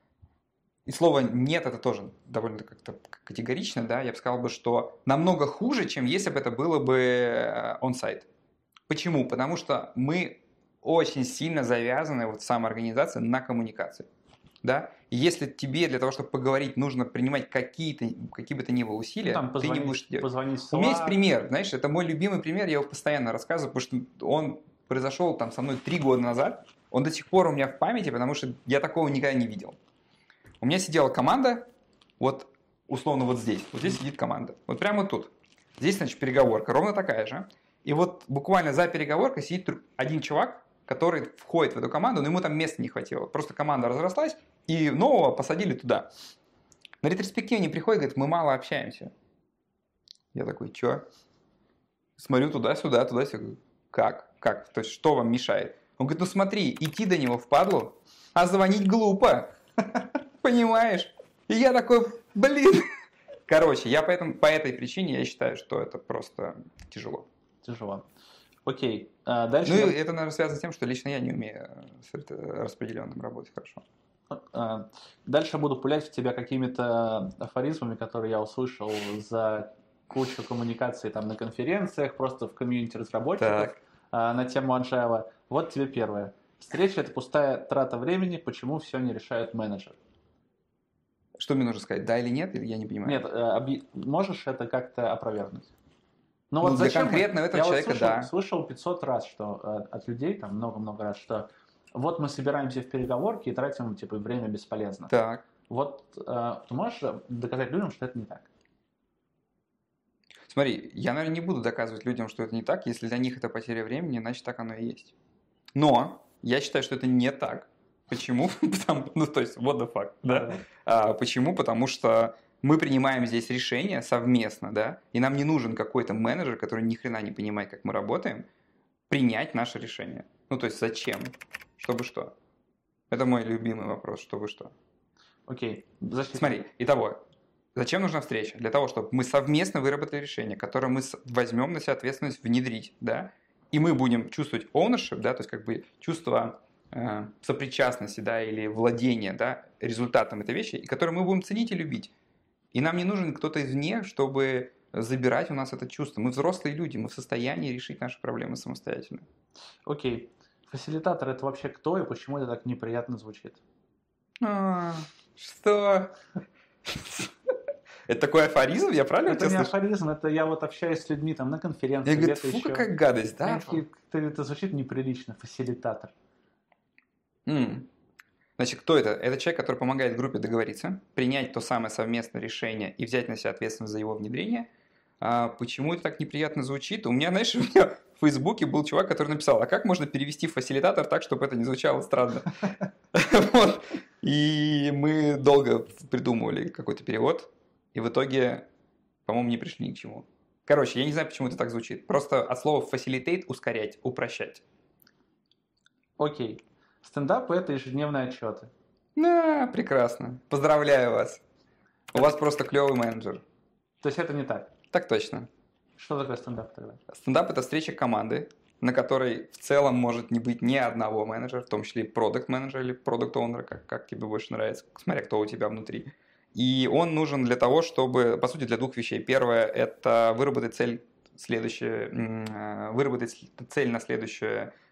И слово «нет» это тоже довольно как-то категорично, да? Я бы сказал, бы, что намного хуже, чем если бы это было бы он-сайт. Почему? Потому что мы очень сильно завязаны, вот самоорганизация, на коммуникации. Да? И если тебе для того, чтобы поговорить, нужно принимать какие-то, какие бы то ни было усилия, Там, ты не будешь делать. У меня есть пример, знаешь, это мой любимый пример, я его постоянно рассказываю, потому что он произошел там со мной три года назад, он до сих пор у меня в памяти, потому что я такого никогда не видел. У меня сидела команда, вот условно вот здесь, вот здесь сидит команда, вот прямо тут. Здесь, значит, переговорка, ровно такая же. И вот буквально за переговоркой сидит один чувак, который входит в эту команду, но ему там места не хватило. Просто команда разрослась, и нового посадили туда. На ретроспективе не приходит, говорит, мы мало общаемся. Я такой, чё? Смотрю туда-сюда, туда-сюда. Как? Как? То есть, что вам мешает? Он говорит, ну смотри, идти до него впадлу, а звонить глупо. Понимаешь? И я такой, блин. Короче, я поэтому, по этой причине я считаю, что это просто тяжело. Тяжело. Окей. А дальше... Ну, это, наверное, связано с тем, что лично я не умею с распределенным работать хорошо. Дальше буду пулять в тебя какими-то афоризмами, которые я услышал за кучу коммуникаций там на конференциях, просто в комьюнити разработчиков так. на тему agile. Вот тебе первое. Встреча – это пустая трата времени, почему все не решает менеджер? Что мне нужно сказать, да или нет, или я не понимаю? Нет, объ... можешь это как-то опровергнуть? Ну, вот ну, для конкретного этого я человека, вот слышал, да. слышал пятьсот раз, что э, от людей, там много-много раз, что вот мы собираемся в переговорке и тратим типа время бесполезно. Так. Вот э, ты можешь доказать людям, что это не так? Смотри, я, наверное, не буду доказывать людям, что это не так. Если для них это потеря времени, значит, так оно и есть. Но я считаю, что это не так. Почему? Потому, ну, то есть, what the fuck, да? А, почему? Потому что мы принимаем здесь решения совместно, да, и нам не нужен какой-то менеджер, который ни хрена не понимает, как мы работаем, принять наше решение. Ну, то есть, зачем? Чтобы что? Это мой любимый вопрос, чтобы что? Окей. Okay. Смотри, итого, зачем нужна встреча? Для того, чтобы мы совместно выработали решение, которое мы возьмем на себя ответственность внедрить, да, и мы будем чувствовать ownership, да, то есть, как бы, чувство э, сопричастности, да, или владения, да, результатом этой вещи, и которое мы будем ценить и любить. И нам не нужен кто-то извне, чтобы забирать у нас это чувство. Мы взрослые люди, мы в состоянии решить наши проблемы самостоятельно. Окей. Фасилитатор – это вообще кто и почему это так неприятно звучит? А, что? Это такой афоризм, я правильно это тебя слышу? Это не афоризм, это я вот общаюсь с людьми там на конференции. Я говорю, фу, еще. Какая гадость, да? Это, это звучит неприлично, фасилитатор. Mm. Значит, кто это? Это человек, который помогает группе договориться, принять то самое совместное решение и взять на себя ответственность за его внедрение. А почему это так неприятно звучит? У меня, знаешь, у меня в Фейсбуке был чувак, который написал, а как можно перевести фасилитатор так, чтобы это не звучало странно? И мы долго придумывали какой-то перевод, и в итоге, по-моему, не пришли ни к чему. Короче, я не знаю, почему это так звучит. Просто от слова facilitate – ускорять, упрощать. Окей. Стендап – это ежедневные отчеты. Да, прекрасно. Поздравляю вас. У вас просто клевый менеджер. То есть это не так? Так точно. Что такое стендап тогда? Стендап – это встреча команды, на которой в целом может не быть ни одного менеджера, в том числе и продакт-менеджера или продакт-оунера, как, как тебе больше нравится, смотря кто у тебя внутри. И он нужен для того, чтобы, по сути, для двух вещей. Первое – это выработать цель, следующее, выработать цель на следующее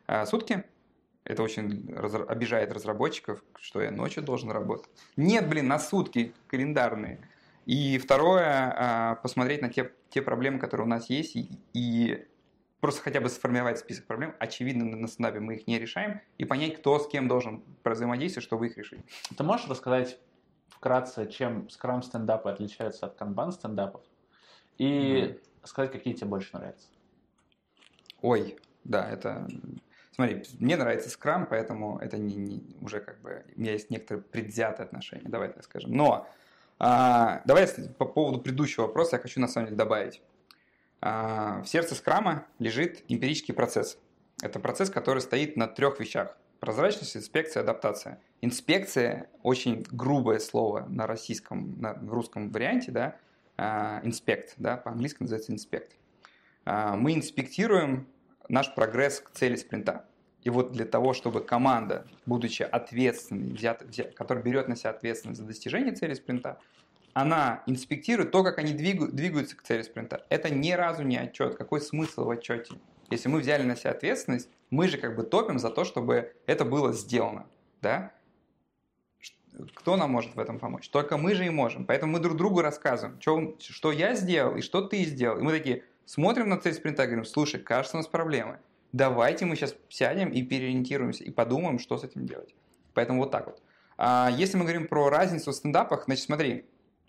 А, сутки. Это очень раз... обижает разработчиков, что я ночью должен работать. Нет, блин, на сутки календарные. И второе, посмотреть на те, те проблемы, которые у нас есть, и, и просто хотя бы сформировать список проблем. Очевидно, на стендапе мы их не решаем, и понять, кто с кем должен взаимодействовать, чтобы их решить. Ты можешь рассказать вкратце, чем скрам-стендапы отличаются от канбан-стендапов? И mm. сказать, какие тебе больше нравятся? Ой, да, это... Смотри, мне нравится скрам, поэтому это не, не, уже как бы... У меня есть некоторые предвзятые отношения, давай так скажем. Но а, давай по поводу предыдущего вопроса я хочу на самом деле добавить. А, в сердце скрама лежит эмпирический процесс. Это процесс, который стоит на трех вещах. Прозрачность, инспекция, адаптация. Инспекция – очень грубое слово на российском, на русском варианте, да, инспект, да, по-английски называется инспект. Мы инспектируем наш прогресс к цели спринта. И вот для того, чтобы команда, будучи ответственной, взят, взят, которая берет на себя ответственность за достижение цели спринта, она инспектирует то, как они двигают, двигаются к цели спринта. Это ни разу не отчет. Какой смысл в отчете? Если мы взяли на себя ответственность, мы же как бы топим за то, чтобы это было сделано. Да? Кто нам может в этом помочь? Только мы же и можем. Поэтому мы друг другу рассказываем, что, что я сделал и что ты сделал. И мы такие смотрим на цель спринта и говорим, слушай, кажется, у нас проблемы. Давайте мы сейчас сядем и переориентируемся и подумаем, что с этим делать. Поэтому вот так вот. А если мы говорим про разницу в стендапах, значит, смотри,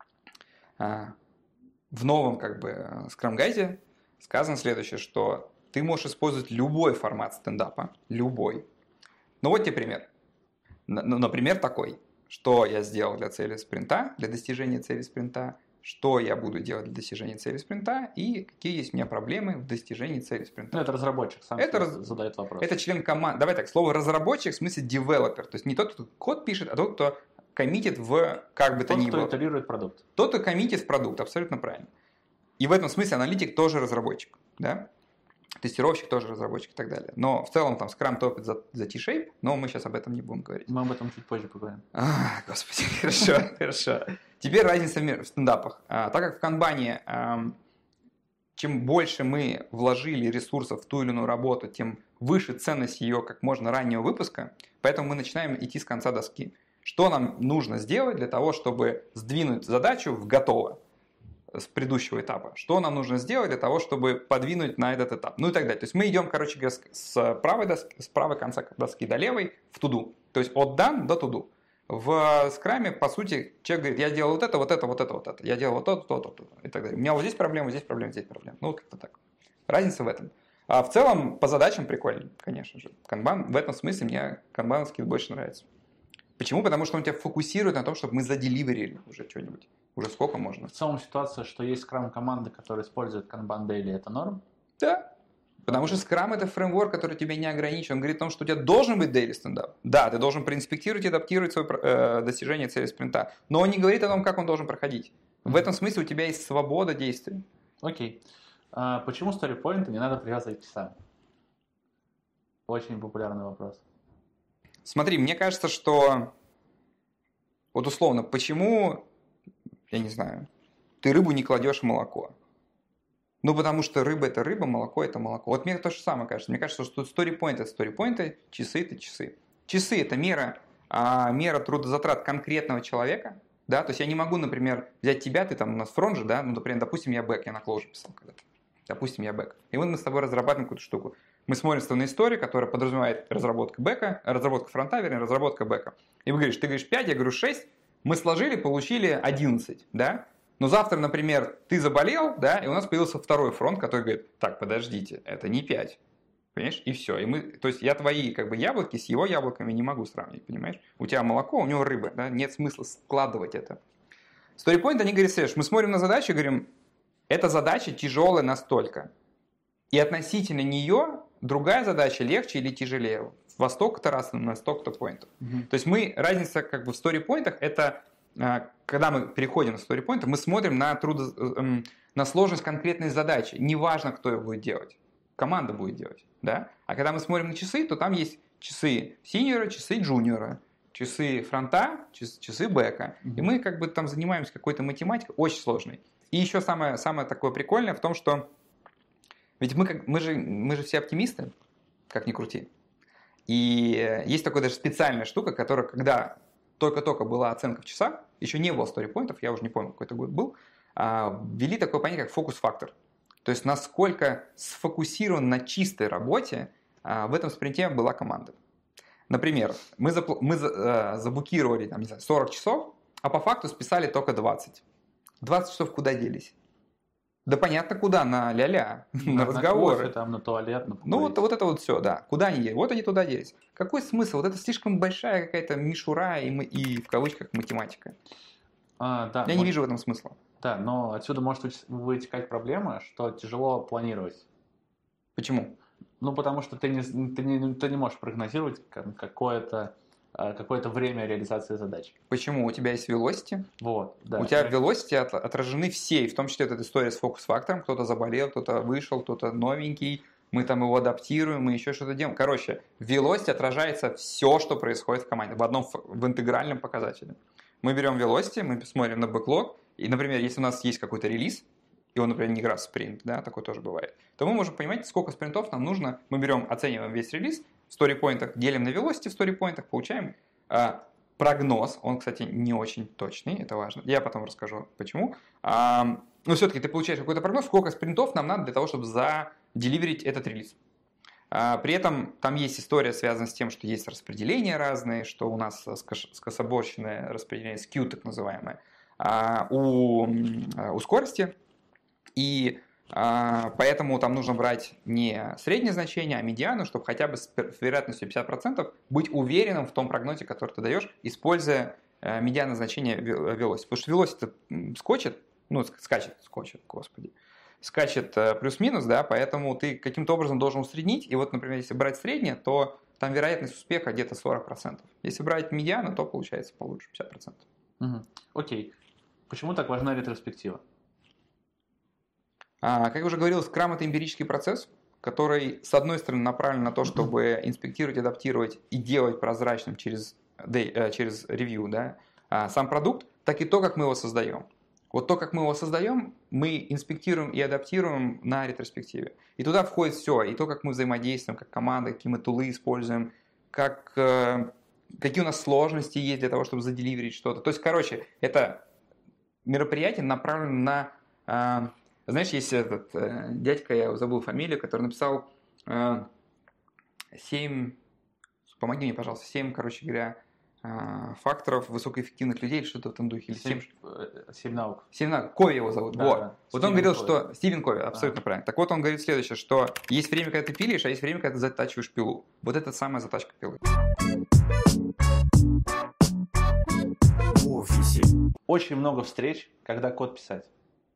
в новом как бы скрам-гайде сказано следующее, что ты можешь использовать любой формат стендапа, любой. Ну вот тебе пример. Например, такой, что я сделал для цели спринта, для достижения цели спринта, что я буду делать для достижения цели спринта и какие есть у меня проблемы в достижении цели спринта. Ну, это разработчик сам это раз... задает вопрос. Это член команды. Давай так, слово разработчик в смысле developer. То есть не тот, кто код пишет, а тот, кто коммитит в как бы то ни было. Тот, кто итерирует продукт. Тот, кто коммитит в продукт, абсолютно правильно. И в этом смысле аналитик тоже разработчик. Да? Тестировщик тоже разработчик и так далее. Но в целом там Scrum топит за, за T-shape, но мы сейчас об этом не будем говорить. Мы об этом чуть позже поговорим. А, господи, хорошо, хорошо. Теперь разница в стендапах. А, так как в канбане, а, чем больше мы вложили ресурсов в ту или иную работу, тем выше ценность ее как можно раннего выпуска, поэтому мы начинаем идти с конца доски. Что нам нужно сделать для того, чтобы сдвинуть задачу в готово с предыдущего этапа? Что нам нужно сделать для того, чтобы подвинуть на этот этап? Ну и так далее. То есть мы идем, короче говоря, с правой, доски, с правой конца доски до левой в туду. То есть от done до туду. В скраме, по сути, человек говорит, я делал вот это, вот это, вот это, вот это. Я делал вот то, то, то, то, и так далее. У меня вот здесь проблема, здесь проблема, здесь проблема. Ну вот как-то так. Разница в этом. А в целом по задачам прикольно, конечно же. Канбан, в этом смысле мне канбановский больше нравится. Почему? Потому что он тебя фокусирует на том, чтобы мы заделиверили уже что-нибудь. Уже сколько можно. В целом ситуация, что есть скрам-команды, которые используют Kanban Daily, это норм? Да. Потому что Scrum это фреймворк, который тебя не ограничивает. Он говорит о том, что у тебя должен быть daily стендап. Да, ты должен проинспектировать и адаптировать свое э, достижение цели спринта. Но он не говорит о том, как он должен проходить. В этом смысле у тебя есть свобода действий. Окей. А почему сторипоинты не надо привязывать к часам? Очень популярный вопрос. Смотри, мне кажется, что вот условно, почему, я не знаю, ты рыбу не кладешь в молоко? Ну, потому что рыба – это рыба, молоко – это молоко. Вот мне то же самое кажется. Мне кажется, что сторипоинты – это сторипоинты, часы – это часы. Часы – это мера, а, мера трудозатрат конкретного человека. Да? То есть я не могу, например, взять тебя, ты там у нас фронт же, да? Ну, например, допустим, я бэк, я на Clojure писал когда-то. Допустим, я бэк. И вот мы с тобой разрабатываем какую-то штуку. Мы смотрим с тобой на историю, которая подразумевает разработку бэка, разработка фронта, вернее, разработка бэка. И вы говоришь, ты говоришь пять, я говорю шесть. Мы сложили, получили одиннадцать, да? Но завтра, например, ты заболел, да, и у нас появился второй фронт, который говорит, так, подождите, это не пять, понимаешь, и все. И мы, то есть я твои как бы яблоки с его яблоками не могу сравнить, понимаешь? У тебя молоко, у него рыба, да, нет смысла складывать это. Storypoint, они говорят, следующее, мы смотрим на задачу и говорим, эта задача тяжелая настолько, и относительно нее другая задача легче или тяжелее, во столько-то раз на столько-то поинтов. Mm-hmm. То есть мы, разница как бы в storypoint'ах, это когда мы переходим на storypoint, мы смотрим на, трудо, на сложность конкретной задачи. Неважно, кто ее будет делать. Команда будет делать. Да? А когда мы смотрим на часы, то там есть часы синьора, часы джуниора, часы фронта, часы бэка. Mm-hmm. И мы как бы там занимаемся какой-то математикой очень сложной. И еще самое, самое такое прикольное в том, что ведь мы, как, мы, же, мы же все оптимисты, как ни крути. И есть такая даже специальная штука, которая, когда только-только была оценка в часах, еще не было сторипоинтов, я уже не помню, какой это год был, ввели такое понятие, как фокус-фактор. То есть, насколько сфокусирован на чистой работе в этом спринте была команда. Например, мы, запл- мы за- заблокировали там, не знаю, сорок часов, а по факту списали только двадцать. двадцать часов куда делись? Да понятно куда, на ля-ля, на, на разговоры. На кофе, там, на туалет, на Ну вот, вот это вот все, да. Куда они делись? Вот они туда делись. Какой смысл? Вот это слишком большая какая-то мишура и, и в кавычках математика. А, да, Я может... не вижу в этом смысла. Да, но отсюда может вытекать проблема, что тяжело планировать. Почему? Ну, потому что ты не, ты не, ты не можешь прогнозировать какое-то, какое-то время реализации задач. Почему? У тебя есть Velocity. Вот, да. У тебя в Velocity от, отражены все, и в том числе вот эта история с фокус-фактором. Кто-то заболел, кто-то вышел, кто-то новенький. Мы там его адаптируем, мы еще что-то делаем. Короче, в Velocity отражается все, что происходит в команде, в одном в интегральном показателе. Мы берем Velocity, мы смотрим на бэклог, и, например, если у нас есть какой-то релиз, и он, например, не раз спринт, да, такое тоже бывает, то мы можем понимать, сколько спринтов нам нужно. Мы берем, оцениваем весь релиз в сторипоинтах, делим на Velocity в сторипоинтах, получаем э, прогноз. Он, кстати, не очень точный, это важно. Я потом расскажу, почему. А, но все-таки ты получаешь какой-то прогноз, сколько спринтов нам надо для того, чтобы заделиверить этот релиз. А, при этом там есть история, связанная с тем, что есть распределения разные, что у нас скособоченное распределение, скью так называемое, а, у, у скорости. И а, поэтому там нужно брать не среднее значение, а медиану, чтобы хотя бы с вероятностью пятьдесят процентов быть уверенным в том прогнозе, который ты даешь, используя а, медианное значение velocity. Потому что velocity скочит, ну, скачет, скочит, господи, скачет плюс-минус, да, поэтому ты каким-то образом должен усреднить. И вот, например, если брать среднее, то там вероятность успеха где-то сорок процентов. Если брать медиану, то получается получше пятьдесят процентов. Угу. Окей. Почему так важна ретроспектива? А, как я уже говорил, Scrum – это эмпирический процесс, который, с одной стороны, направлен на то, чтобы инспектировать, адаптировать и делать прозрачным через, через ревью, да, сам продукт, так и то, как мы его создаем. Вот то, как мы его создаем, мы инспектируем и адаптируем на ретроспективе. И туда входит все, и то, как мы взаимодействуем, как команда, какие мы тулы используем, как, какие у нас сложности есть для того, чтобы заделиверить что-то. То есть, короче, это мероприятие направлено на... Знаешь, есть этот э, дядька, я забыл фамилию, который написал э, семь, помоги мне, пожалуйста, семь, короче говоря, э, факторов высокоэффективных людей, или что-то в этом духе. Семь, семь наук. Семь наук. Кови его зовут. Да, вот. Да. Вот Стивен он говорил, Кови. что... Стивен Кови, абсолютно а. правильно. Так вот, он говорит следующее, что есть время, когда ты пилишь, а есть время, когда ты затачиваешь пилу. Вот это самая затачка пилы. В офисе. Очень много встреч, когда код писать.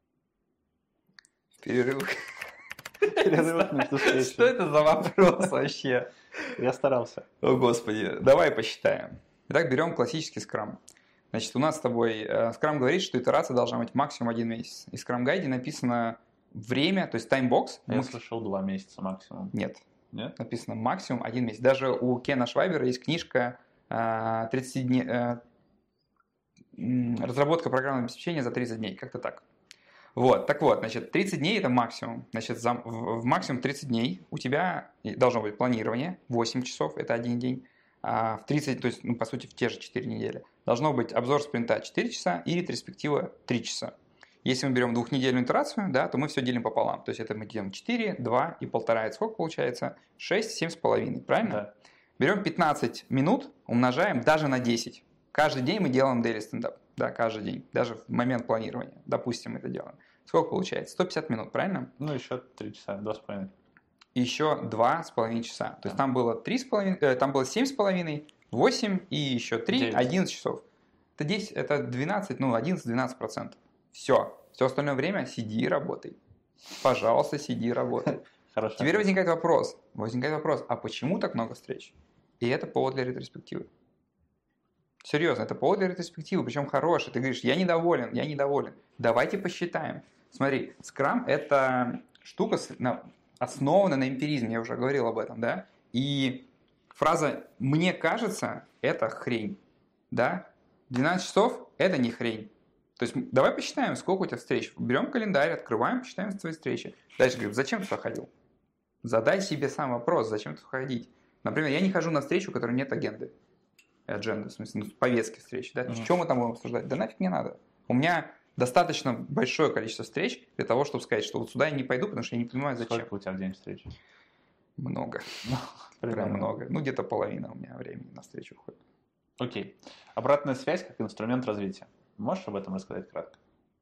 Перерыв. Перерыв между встречами. Что это за вопрос вообще? Я старался. О, Господи. Давай посчитаем. Итак, берем классический скрам. Значит, у нас с тобой скрам говорит, что итерация должна быть максимум один месяц. И в скрам-гайде написано время, то есть таймбокс. Я мы... слышал два месяца максимум. Нет. Нет? Написано максимум один месяц. Даже у Кена Швайбера есть книжка тридцать дней, разработка программного обеспечения за тридцать дней. Как-то так. Вот, так вот, значит, тридцать дней это максимум. Значит, за, в, в максимум тридцать дней у тебя должно быть планирование, восемь часов, это один день. А в тридцать, то есть, ну, по сути, в те же четыре недели. Должно быть обзор спринта четыре часа и ретроспектива три часа. Если мы берем двухнедельную итерацию, да, то мы все делим пополам. То есть, это мы делаем четыре, два и полтора. Это сколько получается? шесть, семь с половиной, правильно? Да. Берем пятнадцать минут, умножаем даже на десять. Каждый день мы делаем daily stand-up. Да, каждый день. Даже в момент планирования. Допустим, мы это делаем. Сколько получается? сто пятьдесят минут, правильно? Ну, еще три часа, два с половиной. Еще два с половиной часа. То да. есть там было три с половиной, э, там было семь с половиной, восемь и еще три, одиннадцать часов. Это десять, это двенадцать, ну, одиннадцать-двенадцать процентов. Все. Все остальное время сиди и работай. Пожалуйста, сиди и работай. Хорошо. Теперь возникает вопрос. Возникает вопрос, а почему так много встреч? И это повод для ретроспективы. Серьезно, это повод для ретроспективы, причем хороший. Ты говоришь, я недоволен, я недоволен. Давайте посчитаем. Смотри, Scrum – это штука, основана на эмпиризме, я уже говорил об этом, да? И фраза «мне кажется» – это хрень, да? двенадцать часов – это не хрень. То есть давай посчитаем, сколько у тебя встреч. Берем календарь, открываем, посчитаем свои встречи. Дальше говорим, зачем ты туда ходил? Задай себе сам вопрос, зачем туда ходить. Например, я не хожу на встречу, у которой нет агенды. Адженды, в смысле, ну, повестки встречи. Да? Mm-hmm. Что мы там будем обсуждать? Да нафиг не надо. У меня достаточно большое количество встреч для того, чтобы сказать, что вот сюда я не пойду, потому что я не понимаю, зачем. Сколько у тебя в день встреч? Много. Прям много. Ну, где-то половина у меня времени на встречу уходит. Окей. Обратная связь как инструмент развития. Можешь об этом рассказать кратко?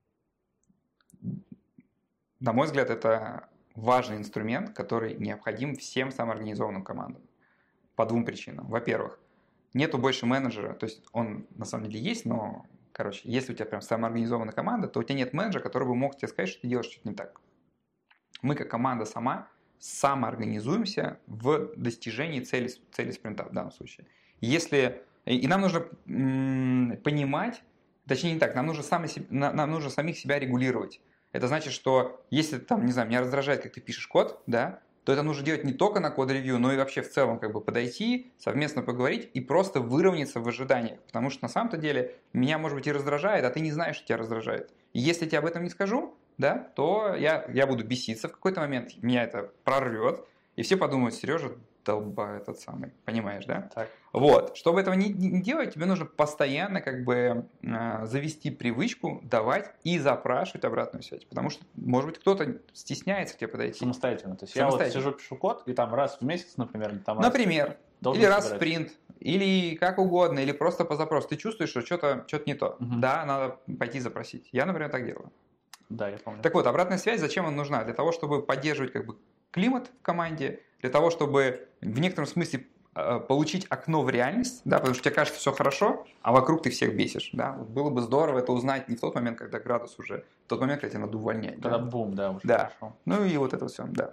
На мой взгляд, это важный инструмент, который необходим всем самоорганизованным командам. По двум причинам. Во-первых, нету больше менеджера, то есть он на самом деле есть, но, короче, если у тебя прям самоорганизованная команда, то у тебя нет менеджера, который бы мог тебе сказать, что ты делаешь что-то не так. Мы как команда сама самоорганизуемся в достижении цели, цели спринта в данном случае. Если, и нам нужно м, понимать, точнее не так, нам нужно, сами, нам нужно самих себя регулировать. Это значит, что если там, не знаю, меня раздражает, как ты пишешь код, да, то это нужно делать не только на код-ревью, но и вообще в целом как бы подойти, совместно поговорить и просто выровняться в ожиданиях. Потому что на самом-то деле меня, может быть, и раздражает, а ты не знаешь, что тебя раздражает. И если я тебе об этом не скажу, да, то я, я буду беситься в какой-то момент, меня это прорвет, и все подумают, Сережа, долба этот самый, понимаешь, да? Так. Вот, чтобы этого не, не делать, тебе нужно постоянно как бы э, завести привычку давать и запрашивать обратную связь, потому что, может быть, кто-то стесняется к тебе подойти. Самостоятельно, то есть я вот сижу, пишу код, и там раз в месяц, например, там Например, раз, или раз в спринт, или как угодно, или просто по запросу. Ты чувствуешь, что что-то, что-то не то. Угу. Да, надо пойти запросить. Я, например, так делаю. Да, я помню. Так вот, обратная связь, зачем она нужна? Для того, чтобы поддерживать как бы климат в команде, для того, чтобы в некотором смысле э, получить окно в реальность, да, потому что тебе кажется все хорошо, а вокруг ты всех бесишь. Да? Вот было бы здорово это узнать не в тот момент, когда градус уже, в тот момент, когда тебе надо увольнять. Когда да? бум, да, уже да. хорошо. Ну и вот это все, да.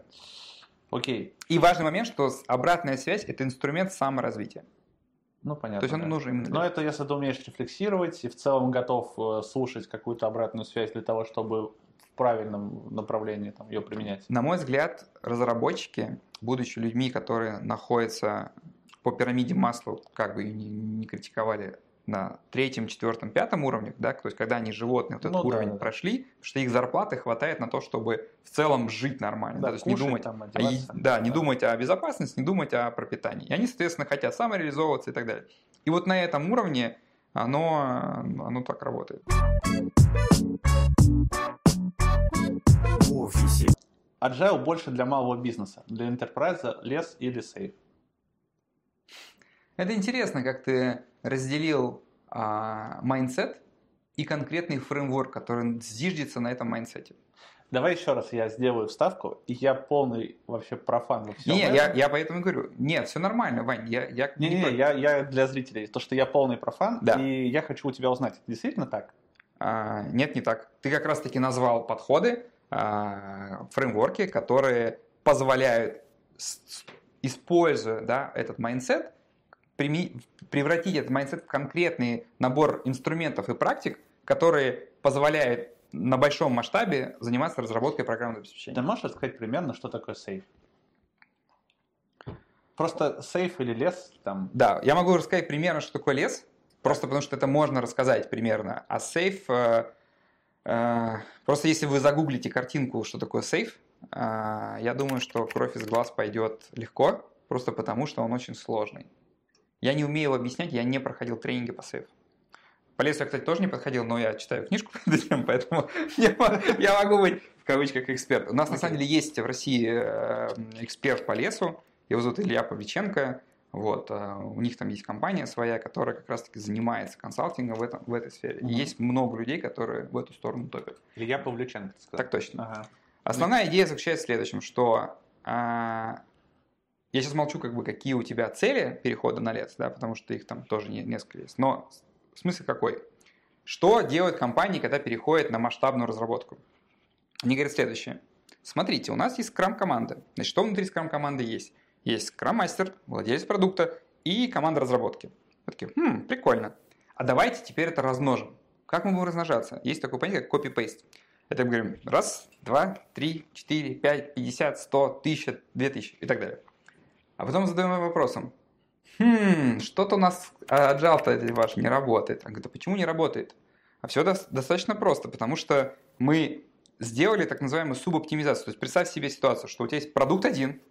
Окей. И важный момент, что обратная связь – это инструмент саморазвития. Ну, понятно. То есть он да. нужен именно. Но это если ты умеешь рефлексировать и в целом готов слушать какую-то обратную связь для того, чтобы в правильном направлении там, ее применять. На мой взгляд, разработчики, будучи людьми, которые находятся по пирамиде Маслоу, как бы ее не, не критиковали, на третьем, четвертом, пятом уровнях, да, то есть когда они животные вот этот ну, уровень да, да. прошли, потому что их зарплаты хватает на то, чтобы в целом жить нормально. Да, да, то есть не думать, там, о, да, да. не думать о безопасности, не думать о пропитании. И они, соответственно, хотят самореализовываться и так далее. И вот на этом уровне оно, оно так работает. В офисе. Agile больше для малого бизнеса, для enterprise лес или сейф? Это интересно, как ты разделил майндсет и конкретный фреймворк, который зиждется на этом майндсете. Давай еще раз я сделаю вставку, и я полный вообще профан во всем. Не, я, я поэтому говорю, нет, все нормально, Вань, я... я не, не, не я, я для зрителей, то, что я полный профан, да. И я хочу у тебя узнать, действительно так? А, нет, не так. Ты как раз-таки назвал подходы, а, фреймворки, которые позволяют, используя, да, этот майндсет, превратить этот майндсет в конкретный набор инструментов и практик, которые позволяют на большом масштабе заниматься разработкой программного обеспечения. Ты можешь рассказать примерно, что такое сейф? Просто сейф или лес там? Да, я могу рассказать примерно, что такое лес, просто потому что это можно рассказать примерно. А сейф, э, э, просто если вы загуглите картинку, что такое сейф, э, я думаю, что кровь из глаз пойдет легко, просто потому что он очень сложный. Я не умею его объяснять, я не проходил тренинги по сейфу. По лесу я, кстати, тоже не подходил, но я читаю книжку по этой теме, поэтому я могу быть, в кавычках, эксперт. У нас, на самом деле, есть в России эксперт по лесу, его зовут Илья Павличенко. Вот, у них там есть компания своя, которая как раз-таки занимается консалтингом в, этом, в этой сфере. И есть много людей, которые в эту сторону топят. Илья Павличенко, ты сказал. Так точно. Ага. Основная идея заключается в следующем, что... Я сейчас молчу, как бы, какие у тебя цели перехода на лес, да, потому что их там тоже несколько есть. Но смысл какой? Что делают компании, когда переходят на масштабную разработку? Они говорят следующее. Смотрите, у нас есть скрам-команда. Значит, что внутри скрам-команды есть? Есть скрам-мастер, владелец продукта и команда разработки. Мы такие, хм, прикольно. А давайте теперь это размножим. Как мы будем размножаться? Есть такое понятие, как copy-paste. Это мы говорим раз, два, три, четыре, пять, пятьдесят, сто, тысяча, две тысячи и так далее. А потом задаем вопросом, хм, что-то у нас agile ваш не работает. Он говорит, а почему не работает? А все достаточно просто, потому что мы сделали так называемую субоптимизацию. То есть представь себе ситуацию, что у тебя есть продукт один,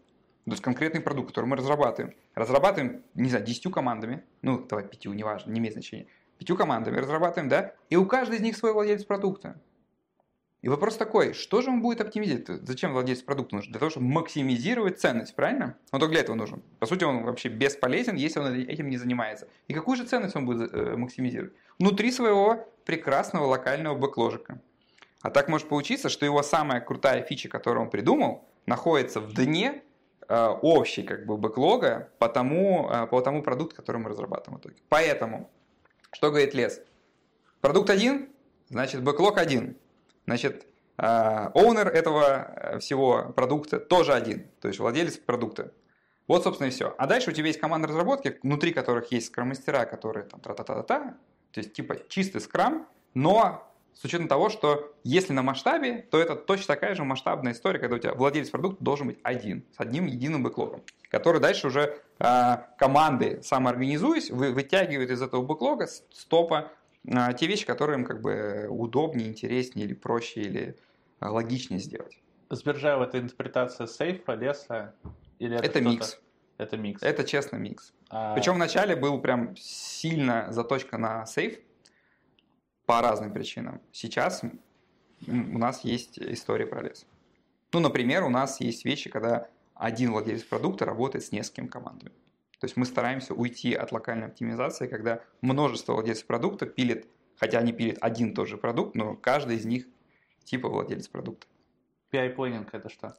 То есть конкретный продукт, который мы разрабатываем. Разрабатываем, не знаю, десятью командами, ну, давай пятью, неважно, не имеет значения. Пятью командами разрабатываем, да, и у каждой из них свой владелец продукта. И вопрос такой, что же он будет оптимизировать? Зачем владелец продукта нужен? Для того, чтобы максимизировать ценность, правильно? Он только для этого нужен. По сути, он вообще бесполезен, если он этим не занимается. И какую же ценность он будет э, максимизировать? Внутри своего прекрасного локального бэкложика. А так может получиться, что его самая крутая фича, которую он придумал, находится в дне э, общей как бы бэклога по тому, э, по тому продукту, который мы разрабатываем в итоге. Поэтому, что говорит лес? Продукт один, значит бэклог один. Значит, оунер этого всего продукта тоже один, то есть владелец продукта. Вот, собственно, и все. А дальше у тебя есть команда разработки, внутри которых есть скрам-мастера, которые там тра-та-та-та-та, то есть типа чистый скрам, но с учетом того, что если на масштабе, то это точно такая же масштабная история, когда у тебя владелец продукта должен быть один, с одним единым бэклогом, который дальше уже э, команды, самоорганизуясь, вы, вытягивают из этого бэклога с топа те вещи, которые им как бы удобнее, интереснее или проще, или логичнее сделать. Сбержав это интерпретация сейфа, леса? Или это это микс. Это микс. Это честно микс. А... Причем вначале был прям сильно заточка на сейф по разным причинам. Сейчас у нас есть история про лес. Ну, например, у нас есть вещи, когда один владелец продукта работает с несколькими командами. То есть мы стараемся уйти от локальной оптимизации, когда множество владельцев продукта пилит, хотя они пилят один и тот же продукт, но каждый из них типа владелец продукта. пи ай-планинг это что?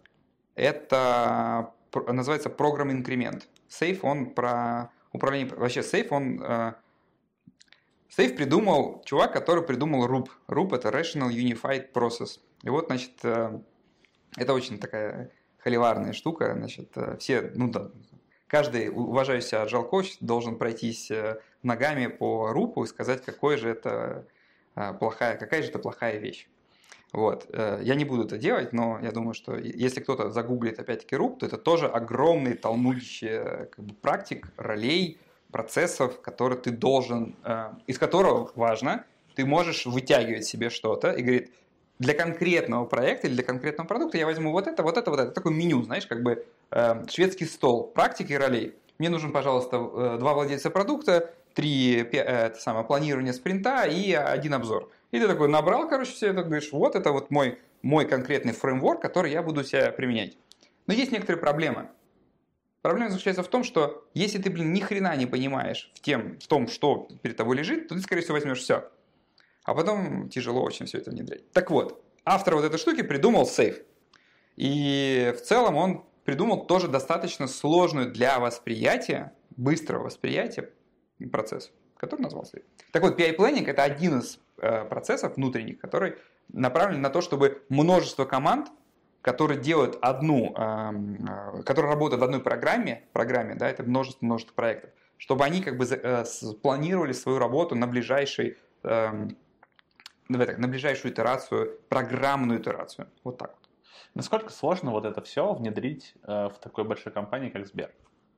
Это называется программ инкремент. Сейф, он про управление... Вообще сейф, он... Сейф придумал чувак, который придумал руп. руп это Rational Unified Process. И вот, значит, это очень такая холиварная штука. Значит, все, ну да... Каждый уважающий себя agile коуч должен пройтись ногами по рупу и сказать, какой же это плохая, какая же это плохая вещь. Вот. Я не буду это делать, но я думаю, что если кто-то загуглит опять-таки руп, то это тоже огромный толмудище как бы, практик, ролей, процессов, которые ты должен, из которого важно, ты можешь вытягивать себе что-то и говорит, для конкретного проекта или для конкретного продукта я возьму вот это, вот это, вот это. Такое меню, знаешь, как бы э, шведский стол, практики и ролей. Мне нужен, пожалуйста, э, два владельца продукта, три э, это самое, планирование спринта и один обзор. И ты такой набрал, короче, все это, говоришь, вот это вот мой, мой конкретный фреймворк, который я буду себя применять. Но есть некоторые проблемы. Проблема заключается в том, что если ты, блин, ни хрена не понимаешь в, тем, в том, что перед тобой лежит, то ты, скорее всего, возьмешь все. А потом тяжело очень все это внедрять. Так вот, автор вот этой штуки придумал сейф. И в целом он придумал тоже достаточно сложную для восприятия, быстрого восприятия процесс, который назвал сейф. Так вот, пи ай-планинг – это один из э, процессов внутренних, который направлен на то, чтобы множество команд, которые делают одну, э, э, которые работают в одной программе, программе, да, это множество, множество проектов, чтобы они как бы э, спланировали свою работу на ближайший э, Давай так, на ближайшую итерацию, программную итерацию. Вот так вот. Насколько сложно вот это все внедрить э, в такой большой компании, как Сбер?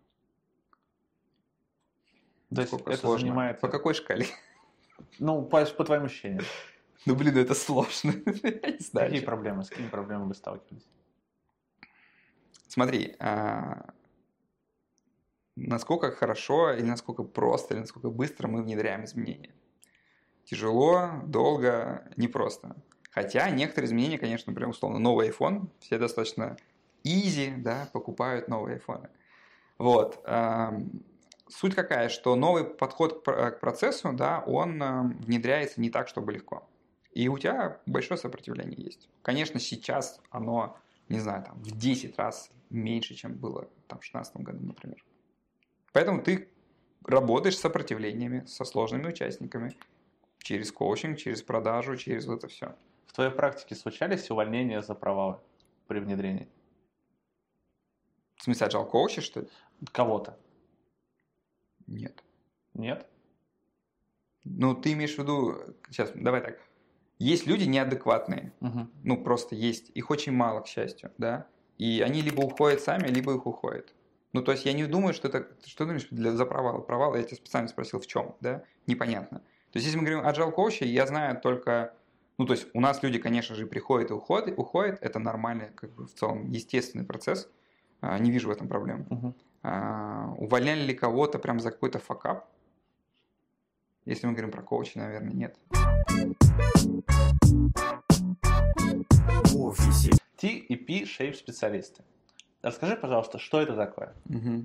То есть это сложно? Занимает... По какой шкале? Ну, по, по твоим ощущениям. Ну, блин, это сложно. Я не знаю. Какие проблемы? С какими проблемами вы сталкивались? Смотри, а... насколько хорошо или насколько просто, или насколько быстро мы внедряем изменения. Тяжело, долго, непросто. Хотя некоторые изменения, конечно, например, условно, новый iPhone, все достаточно easy, да, покупают новые iPhone. Вот. Суть какая, что новый подход к процессу, да, он внедряется не так, чтобы легко. И у тебя большое сопротивление есть. Конечно, сейчас оно, не знаю, там, в десять раз меньше, чем было там, в две тысячи шестнадцатом году, например. Поэтому ты работаешь с сопротивлениями, со сложными участниками, через коучинг, через продажу, через вот это все. В твоей практике случались увольнения за провалы при внедрении? В смысле, agile коучи, что ли? Кого-то. Нет. Нет? Ну, ты имеешь в виду... Сейчас, давай так. Есть люди неадекватные. Угу. Ну, просто есть. Их очень мало, к счастью, да? И они либо уходят сами, либо их уходят. Ну, то есть я не думаю, что это... Что ты думаешь для, за провал? Провал, я тебя специально спросил, в чем, да? Непонятно. То есть, если мы говорим о agile коуче, я знаю только... Ну, то есть, у нас люди, конечно же, приходят и уходят, уходят. Это нормальный, как бы, в целом, естественный процесс. Не вижу в этом проблем. Угу. Увольняли ли кого-то прям за какой-то факап? Если мы говорим про коуча, наверное, нет. В офисе. ти и пи Shape специалисты. Расскажи, пожалуйста, что это такое? Угу.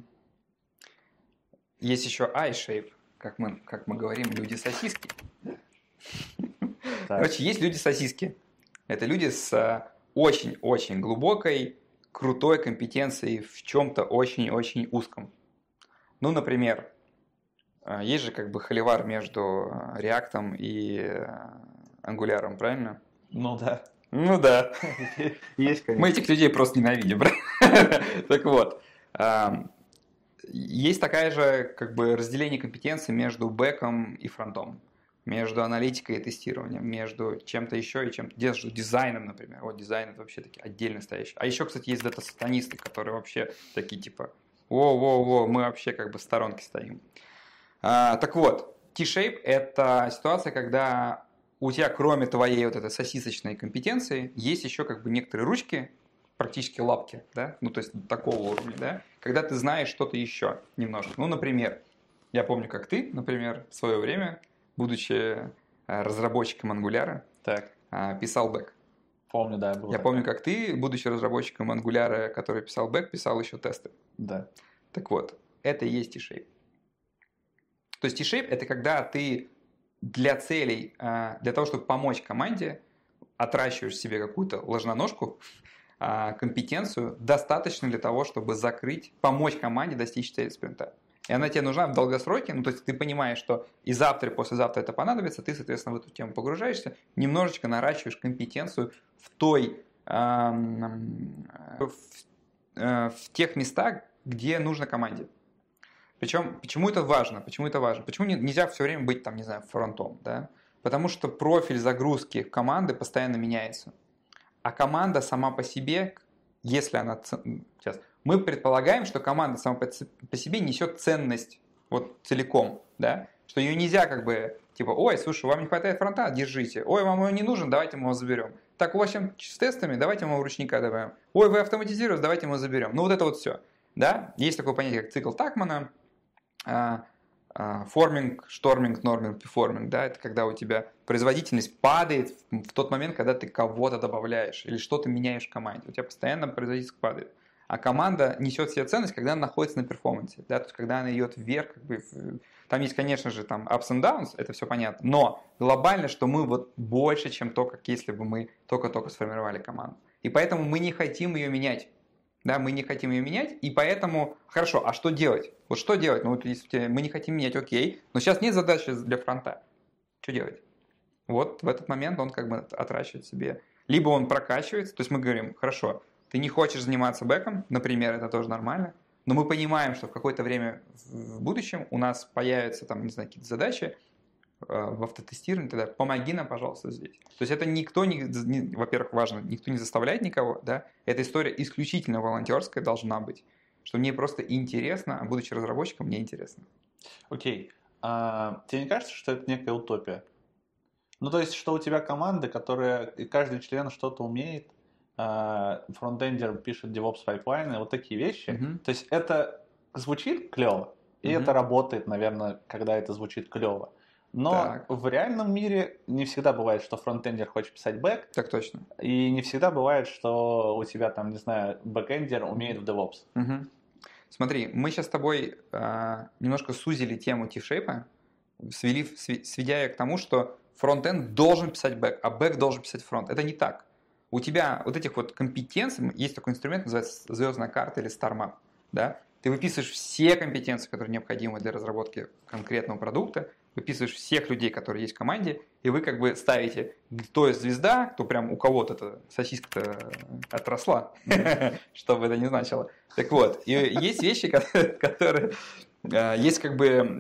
Есть еще iShape, как мы, как мы говорим, люди-сосиски. Короче, есть люди-сосиски. Это люди с очень-очень глубокой, крутой компетенцией в чем-то очень-очень узком. Ну, например, есть же как бы холивар между React и Angular, правильно? Ну да. Ну да. Есть, конечно. Мы этих людей просто ненавидим. Так вот. Есть такая же как бы разделение компетенций между бэком и фронтом, между аналитикой и тестированием, между чем-то еще и чем-то, между дизайном, например. Вот дизайн это вообще такие отдельно стоящие. А еще, кстати, есть дата-сатанисты, которые вообще такие типа «Во-во-во, мы вообще как бы в сторонке стоим». А, так вот, T-shape – это ситуация, когда у тебя кроме твоей вот этой сосисочной компетенции есть еще как бы некоторые ручки, практически лапки, да, ну то есть такого уровня, да, когда ты знаешь что-то еще немножко. Ну, например, я помню, как ты, например, в свое время, будучи разработчиком Angular, так. писал бэк. Помню, да. Было я такое. помню, как ты, будучи разработчиком Angular, который писал бэк, писал еще тесты. Да. Так вот, это и есть T-shape. То есть T-shape – это когда ты для целей, для того, чтобы помочь команде, отращиваешь себе какую-то ложноножку, компетенцию, достаточно для того, чтобы закрыть, помочь команде достичь цели спринта. И она тебе нужна в долгосроке, ну то есть ты понимаешь, что и завтра, и послезавтра это понадобится, ты, соответственно, в эту тему погружаешься, немножечко наращиваешь компетенцию в той, эм, в, э, в тех местах, где нужно команде. Причем, почему это важно? Почему это важно? Почему не, нельзя все время быть там, не знаю, фронтом, да? Потому что профиль загрузки команды постоянно меняется. А команда сама по себе, если она... Сейчас, мы предполагаем, что команда сама по себе несет ценность вот целиком, да? Что ее нельзя как бы, типа, ой, слушай, вам не хватает фронта, держите. Ой, вам его не нужен, давайте мы его заберем. Так, у вас чем с тестами, давайте мы его ручника добавим. Ой, вы автоматизируете, давайте мы его заберем. Ну, вот это вот все, да? Есть такое понятие, как цикл Такмана, форминг, шторминг, норминг, перформинг, да, это когда у тебя производительность падает в тот момент, когда ты кого-то добавляешь или что-то меняешь в команде. У тебя постоянно производительность падает. А команда несет себе ценность, когда она находится на перформансе, да, то есть когда она идет вверх, как бы, там есть, конечно же, там ups and downs, это все понятно, но глобально, что мы вот больше, чем то, как если бы мы только-только сформировали команду. И поэтому мы не хотим ее менять. Да, мы не хотим ее менять, и поэтому, хорошо, а что делать? Вот что делать? Ну, вот если мы не хотим менять, окей, но сейчас нет задачи для фронта. Что делать? Вот в этот момент он как бы отращивает себе. Либо он прокачивается, то есть мы говорим, хорошо, ты не хочешь заниматься бэком, например, это тоже нормально, но мы понимаем, что в какое-то время в будущем у нас появятся там, не знаю, какие-то задачи, в автотестировании, тогда помоги нам, пожалуйста, здесь. То есть это никто, не, не, во-первых, важно, никто не заставляет никого, да, эта история исключительно волонтерская должна быть, что мне просто интересно, а будучи разработчиком, мне интересно. Окей. Okay. А, тебе не кажется, что это некая утопия? Ну, то есть, что у тебя команда, которая, и каждый член что-то умеет, а, фронтендер пишет DevOps пайплайны, вот такие вещи. Mm-hmm. То есть это звучит клево, и mm-hmm. это работает, наверное, когда это звучит клево. Но так. в реальном мире не всегда бывает, что фронтендер хочет писать бэк. Так точно. И не всегда бывает, что у тебя там, не знаю, бэкэндер умеет в DevOps. Угу. Смотри, мы сейчас с тобой э, немножко сузили тему T-shape, свели, сведя ее к тому, что фронтенд должен писать бэк, а бэк должен писать фронт. Это не так. У тебя вот этих вот компетенций, есть такой инструмент, называется звездная карта или StarMap. Да? Ты выписываешь все компетенции, которые необходимы для разработки конкретного продукта, выписываешь всех людей, которые есть в команде, и вы как бы ставите, кто звезда, кто прям у кого-то это сосиска-то отросла, что бы это ни значило. Так вот, и есть вещи, которые... Есть как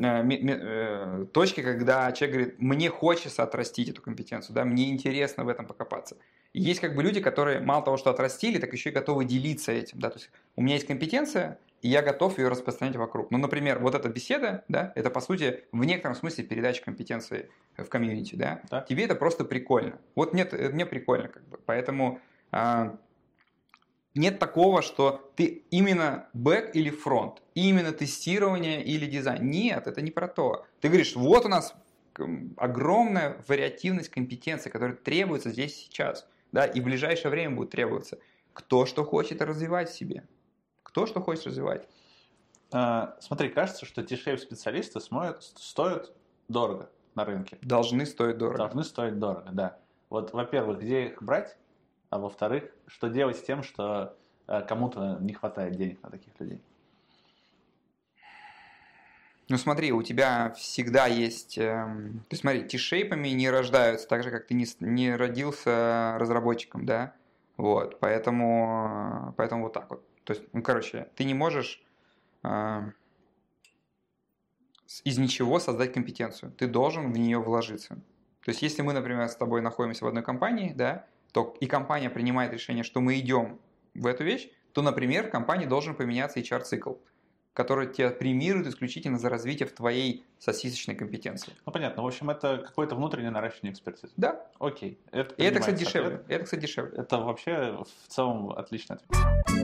бы точки, когда человек говорит, мне хочется отрастить эту компетенцию, да, мне интересно в этом покопаться. И есть как бы люди, которые мало того, что отрастили, так еще и готовы делиться этим. Да? То есть у меня есть компетенция, и я готов ее распространять вокруг. Ну, например, вот эта беседа, да, это, по сути, в некотором смысле передача компетенции в комьюнити, да? Да. Тебе это просто прикольно. Вот нет, мне прикольно, как бы. Поэтому а, Нет такого, что ты именно бэк или фронт, именно тестирование или дизайн. Нет, это не про то. Ты говоришь, вот у нас огромная вариативность компетенций, которые требуются здесь сейчас, да, и в ближайшее время будут требоваться. Кто что хочет развивать в себе. Кто что хочет развивать. А, смотри, кажется, что T-shape-специалисты стоят дорого на рынке. Должны стоить дорого. Должны стоить дорого, да. Вот, во-первых, где их брать? А во-вторых, что делать с тем, что э, кому-то не хватает денег на таких людей? Ну смотри, у тебя всегда есть... Э, ты смотри, T-шейпами не рождаются, так же, как ты не, не родился разработчиком, да? Вот, поэтому, поэтому вот так вот. То есть, ну, короче, ты не можешь э, из ничего создать компетенцию. Ты должен в нее вложиться. То есть, если мы, например, с тобой находимся в одной компании, да, то и компания принимает решение, что мы идем в эту вещь, то, например, в компании должен поменяться эйч ар-цикл, который тебя премирует исключительно за развитие в твоей сосисочной компетенции. Ну, понятно. В общем, это какое-то внутреннее наращивание экспертизы. Да. Окей. Это и это, кстати, дешевле. Ответ. Это, кстати, дешевле. Это вообще в целом отличный ответ.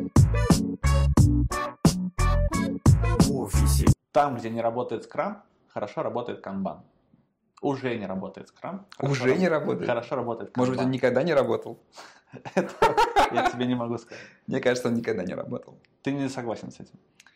В офисе. Там, где не работает скрам, хорошо работает канбан. Уже не работает скрам. Уже не работает? Хорошо работает канбан. Может быть, он никогда не работал? Я тебе не могу сказать. Мне кажется, он никогда не работал. Ты не согласен с этим?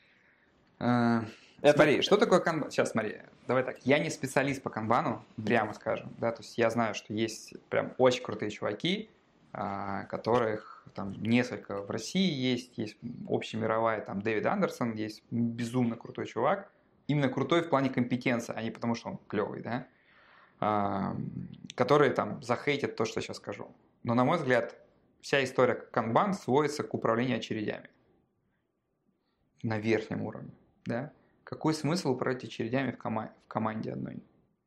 Это... Смотри, что такое канбан? Сейчас смотри, давай так. Я не специалист по канбану, прямо скажем. Да? То есть я знаю, что есть прям очень крутые чуваки, которых там несколько в России есть. Есть общемировая, там Дэвид Андерсон, есть безумно крутой чувак. Именно крутой в плане компетенции, а не потому, что он клевый, да? Которые там захейтят то, что я сейчас скажу. Но, на мой взгляд, вся история канбан сводится к управлению очередями. На верхнем уровне. Да? Какой смысл управлять очередями в, кома- в команде одной?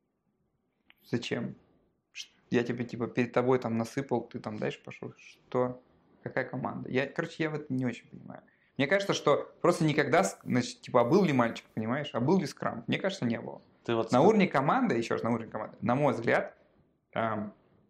Зачем? Я тебе типа перед тобой там насыпал, ты там дальше пошел. Что? Какая команда? Я, короче, я в это не очень понимаю. Мне кажется, что просто никогда, значит, типа, а был ли мальчик, понимаешь? А был ли скрам? Мне кажется, не было. Ты вот на уровне команды, еще раз, на уровне команды, на мой взгляд, эм,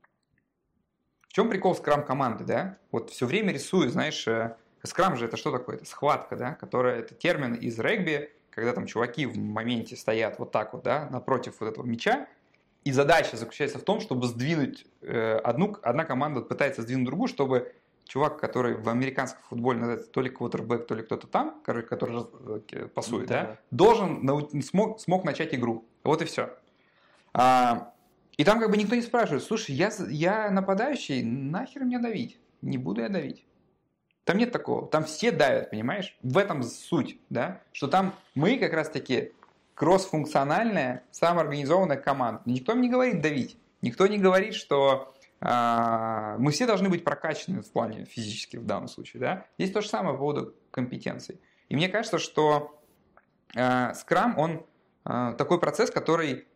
в чем прикол скрам команды, да? Вот все время рисую, знаешь, э, скрам же это что такое? Это схватка, да? Которая, это термин из регби, когда там чуваки в моменте стоят вот так вот, да, напротив вот этого мяча, и задача заключается в том, чтобы сдвинуть э, одну, одна команда пытается сдвинуть другую, чтобы чувак, который в американском футболе называется то ли квотербэк, то ли кто-то там, короче, который пасует, да, да должен, смог, смог начать игру. Вот и все. А, и там как бы никто не спрашивает, слушай, я, я нападающий, нахер мне давить? Не буду я давить. Там нет такого. Там все давят, понимаешь? В этом суть, да, что там мы как раз-таки кроссфункциональная, самоорганизованная команда. Никто мне не говорит давить. Никто не говорит, что мы все должны быть прокачаны в плане физически в данном случае. Да? Здесь то же самое по поводу компетенций. И мне кажется, что э, Scrum, он э, такой процесс, который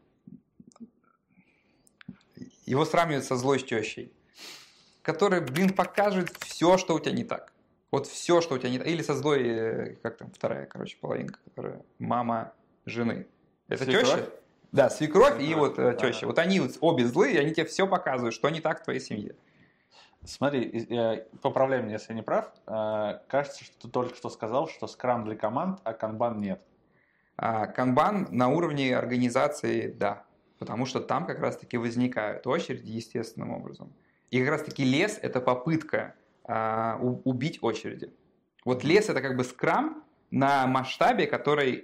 его сравнивают со злой тещей, который, блин, покажет все, что у тебя не так. Вот все, что у тебя не так. Или со злой, как там вторая, короче, половинка, которая мама жены. Это Свекровь? теща? Да, свекровь, свекровь и вот да. теща. Вот они вот обе злые, и они тебе все показывают, что не так в твоей семье. Смотри, поправляй меня, если я не прав. Кажется, что ты только что сказал, что скрам для команд, а канбан нет. Канбан на уровне организации, да. Потому что там как раз-таки возникают очереди естественным образом. И как раз-таки лес – это попытка убить очереди. Вот лес – это как бы скрам на масштабе, который...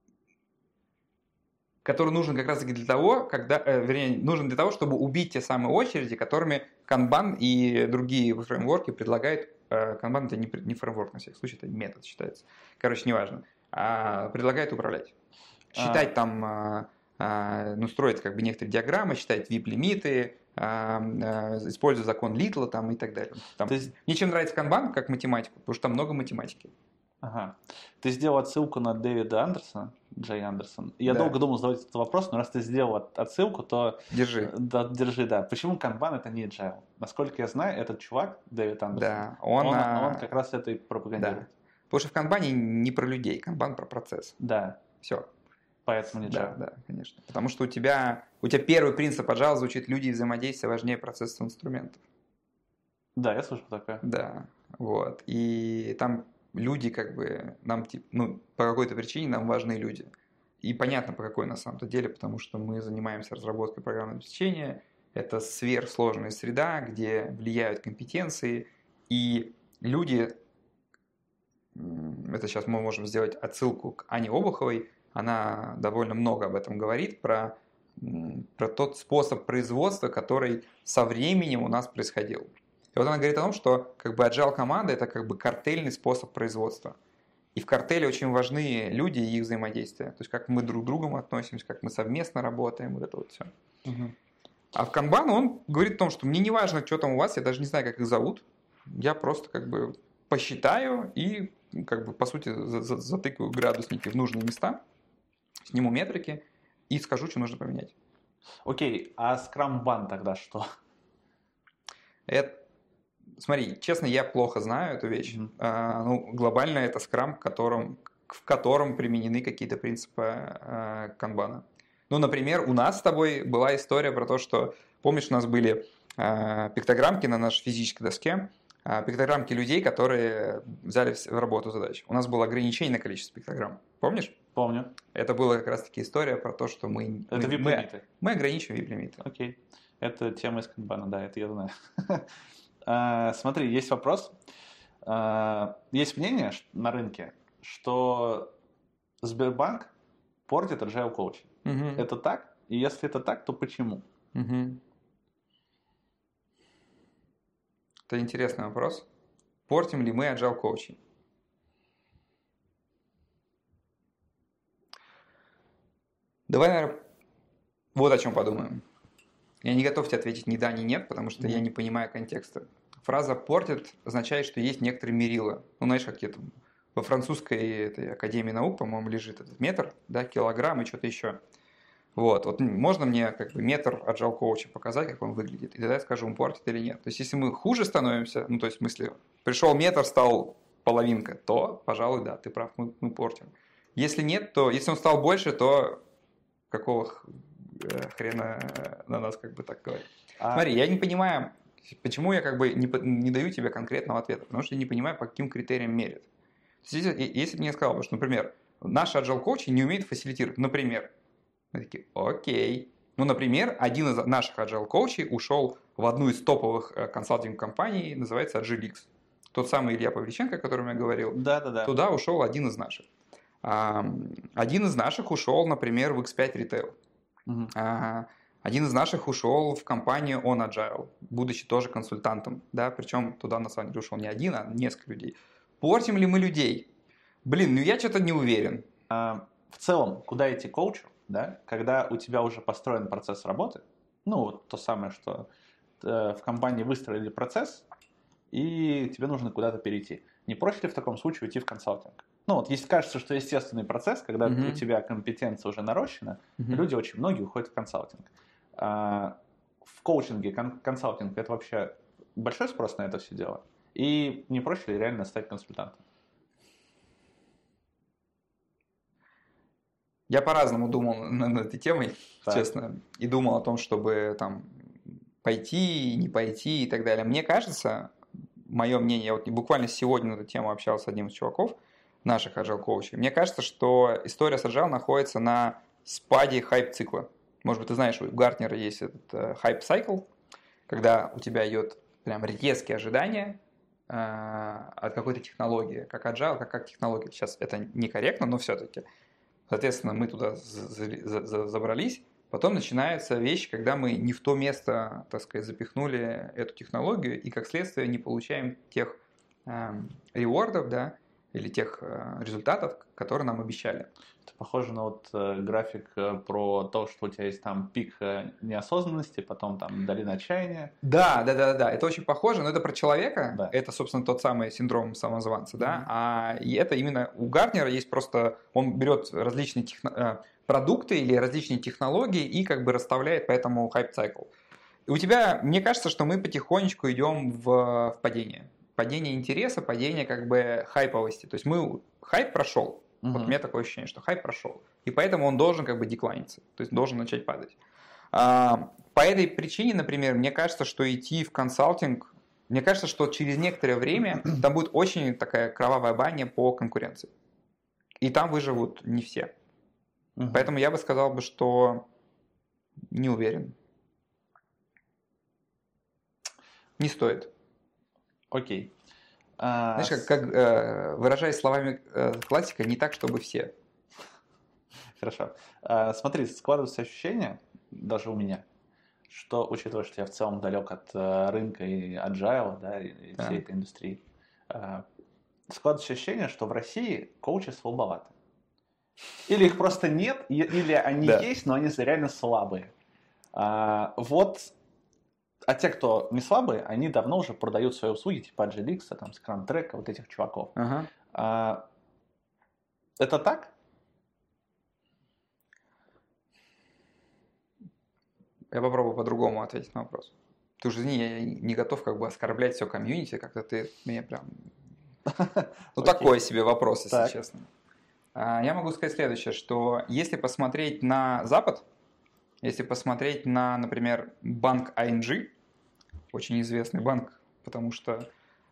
который нужен как раз-таки для того, когда, э, вернее, нужен для того, чтобы убить те самые очереди, которыми канбан и другие фреймворки предлагают. Э, канбан это не, не фреймворк, на всякий случай, это метод считается. Короче, неважно. А, предлагают управлять. Считать а. там, а, а, ну, строить как бы некоторые диаграммы, считать ви ай пи-лимиты, а, а, используя закон Литла там, и так далее. Там, есть... Мне чем нравится канбан как математику, потому что там много математики. Ага. Ты сделал отсылку на Дэвида Андерсона, Джей Андерсон. Я да. долго думал задавать этот вопрос, но раз ты сделал отсылку, то... Держи. Да, держи, да. Почему канбан это не agile? Насколько я знаю, этот чувак, Дэвид Андерсон, да, он, он, а... он как раз это и пропагандирует. Да. Потому что в канбане не про людей, канбан про процесс. Да. Все. Поэтому не agile. Да, да, конечно. Потому что у тебя, у тебя первый принцип agile звучит: люди и взаимодействие важнее процесса инструментов. Да, я слышал такое. Да. Вот. И там люди как бы, нам, ну, по какой-то причине нам важны люди. И понятно, по какой на самом-то деле, потому что мы занимаемся разработкой программного обеспечения. Это сверхсложная среда, где влияют компетенции, и люди, это сейчас мы можем сделать отсылку к Ане Обуховой, она довольно много об этом говорит, про, про тот способ производства, который со временем у нас происходил. И вот она говорит о том, что как бы agile команда – это как бы картельный способ производства. И в картеле очень важны люди и их взаимодействие. То есть как мы друг к другу относимся, как мы совместно работаем, вот это вот все. Угу. А в Kanban он говорит о том, что мне не важно, что там у вас, я даже не знаю, как их зовут. Я просто как бы посчитаю и как бы по сути затыкаю градусники в нужные места, сниму метрики и скажу, что нужно поменять. Окей, а Scrum-Ban тогда что? Это, смотри, честно, я плохо знаю эту вещь. Mm-hmm. А, ну, глобально это Scrum, в котором, в котором применены какие-то принципы а, канбана. Ну, например, у нас с тобой была история про то, что, помнишь, у нас были а, пиктограммки на нашей физической доске, а, пиктограммки людей, которые взяли в работу задачи. У нас было ограничение на количество пиктограмм. Помнишь? Помню. Это была как раз-таки история про то, что мы... Это мы, вип-лимиты. Мы, мы ограничиваем вип-лимиты. Окей. Это тема из канбана, да, это я знаю. uh, смотри, есть вопрос. Uh, есть мнение на рынке, что Сбербанк портит agile коучинг. Uh-huh. Это так? И если это так, то почему? Uh-huh. Это интересный вопрос. Портим ли мы agile коучинг? Давай, наверное, вот о чем подумаем. Я не готов тебе ответить ни да, ни нет, потому что mm-hmm. я не понимаю контекста. Фраза «портит» означает, что есть некоторые мерила. Ну, знаешь, как где-то во французской этой академии наук, по-моему, лежит этот метр, да, килограмм и что-то еще. Вот, вот можно мне как бы метр agile коуча показать, как он выглядит, и тогда я скажу, он портит или нет. То есть, если мы хуже становимся, ну, то есть, в смысле, пришел метр, стал половинка, то, пожалуй, да, ты прав, мы, мы портим. Если нет, то, если он стал больше, то какого хрена на нас как бы так говорить. А... Смотри, я не понимаю, почему я как бы не, не даю тебе конкретного ответа, потому что я не понимаю, по каким критериям мерят. Если, если бы мне сказал, что, например, наши agile коучи не умеют фасилитировать, например, мы такие, окей. Ну, например, один из наших agile коучей ушел в одну из топовых консалтинг-компаний, называется Agilix. Тот самый Илья Павличенко, о котором я говорил, да, да, да. Туда ушел один из наших. Один из наших ушел, например, в икс пять Retail. Угу. Один из наших ушел в компанию On Agile, будучи тоже консультантом. Да? Причем туда на самом деле ушел не один, а несколько людей. Портим ли мы людей? Блин, ну я что-то не уверен. А, в целом, куда идти коучу, да? Когда у тебя уже построен процесс работы, ну вот то самое, что в компании выстроили процесс, и тебе нужно куда-то перейти. Не проще ли в таком случае уйти в консалтинг? Ну вот, если кажется, что естественный процесс, когда mm-hmm. у тебя компетенция уже нарощена, mm-hmm. люди очень многие уходят в консалтинг. А в коучинге, кон- консалтинг, это вообще большой спрос на это все дело? И не проще ли реально стать консультантом? Я по-разному думал над этой темой, так. честно, и думал о том, чтобы там пойти, не пойти и так далее. Мне кажется, мое мнение, я вот буквально сегодня на эту тему общался с одним из чуваков, наших agile коучей. Мне кажется, что история с agile находится на спаде хайп-цикла. Может быть, ты знаешь, у Гартнера есть этот хайп-цикл, когда у тебя идет прям резкие ожидания э, от какой-то технологии, как agile, как, как технология. Сейчас это некорректно, но все-таки. Соответственно, мы туда забрались. Потом начинается вещь, когда мы не в то место, так сказать, запихнули эту технологию, и как следствие не получаем тех э, ревордов, да, или тех э, результатов, которые нам обещали. Это похоже на вот э, график э, про то, что у тебя есть там пик э, неосознанности, потом там долина отчаяния. Да, да, да, да, это очень похоже, но это про человека, да. Это, собственно, тот самый синдром самозванца, да, mm-hmm. а и это именно у Гартнера есть просто, он берет различные техно, э, продукты или различные технологии и как бы расставляет по этому хайп-цикл. И у тебя, мне кажется, что мы потихонечку идем в, в падение. Падение интереса, падение как бы хайповости. То есть мы хайп прошел. Uh-huh. Вот у меня такое ощущение, что хайп прошел. И поэтому он должен как бы деклайниться. То есть должен начать падать. А, по этой причине, например, мне кажется, что идти в консалтинг Мне кажется, что через некоторое время там будет очень такая кровавая баня по конкуренции. И там выживут не все. Угу. Поэтому я бы сказал, бы, что не уверен. Не стоит. Окей. Знаешь, как, как э, выражаясь словами э, классика, не так, чтобы все. Хорошо. А, смотри, складывается ощущение, даже у меня, что, учитывая, что я в целом далек от uh, рынка и agile, да, и, и всей этой индустрии, uh, складывается ощущение, что в России коучи слабоваты. Или их просто нет, или они да. есть, но они реально слабые. Uh, вот, а те, кто не слабые, они давно уже продают свои услуги, типа Agilix, там, Scrum Track, вот этих чуваков. Ага. Uh, это так? Я попробую по-другому ответить на вопрос. Ты уже, извини, я не готов как бы оскорблять все комьюнити, как-то ты мне прям... Ну, такой себе вопрос, если честно. Я могу сказать следующее, что если посмотреть на Запад, если посмотреть на, например, банк ай эн джи, очень известный банк, потому что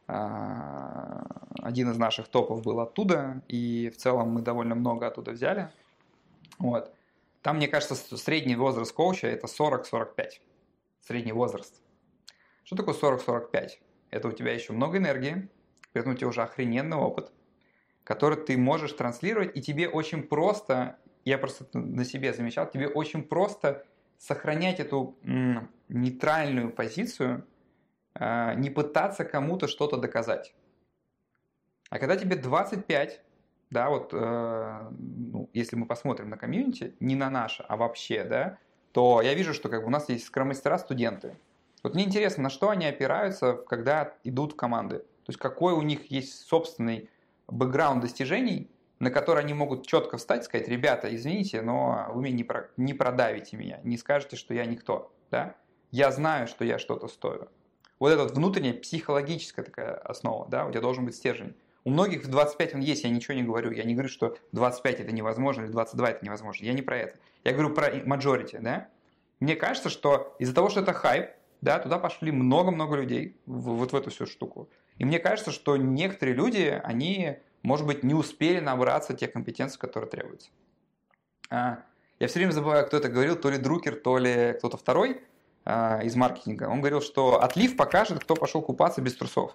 один из наших топов был оттуда, и в целом мы довольно много оттуда взяли. Вот. Там, мне кажется, средний возраст коуча – это сорок сорок пять. Средний возраст. Что такое сорок сорок пять? Это у тебя еще много энергии, при этом у тебя уже охрененный опыт, который ты можешь транслировать, и тебе очень просто, я просто на себе замечал, тебе очень просто сохранять эту м, нейтральную позицию, э, не пытаться кому-то что-то доказать. А когда тебе двадцать пять, да, вот, э, ну, если мы посмотрим на комьюнити, не на наше, а вообще, да, то я вижу, что как бы у нас есть скрам-мастера студенты. Вот мне интересно, на что они опираются, когда идут в команды. То есть какой у них есть собственный бэкграунд достижений, на который они могут четко встать и сказать: ребята, извините, но вы меня не, про, не продавите меня, не скажете, что я никто, да? Я знаю, что я что-то стою. Вот эта вот внутренняя психологическая такая основа, да, у тебя должен быть стержень. У многих в двадцать пять он есть, я ничего не говорю. Я не говорю, что двадцать пять это невозможно или двадцать два это невозможно. Я не про это. Я говорю про majority, да. Мне кажется, что из-за того, что это хайп, да, туда пошли много-много людей в, вот в эту всю штуку. И мне кажется, что некоторые люди, они, может быть, не успели набраться тех компетенций, которые требуются. Я все время забываю, кто это говорил, то ли Друкер, то ли кто-то второй из маркетинга. Он говорил, что отлив покажет, кто пошел купаться без трусов.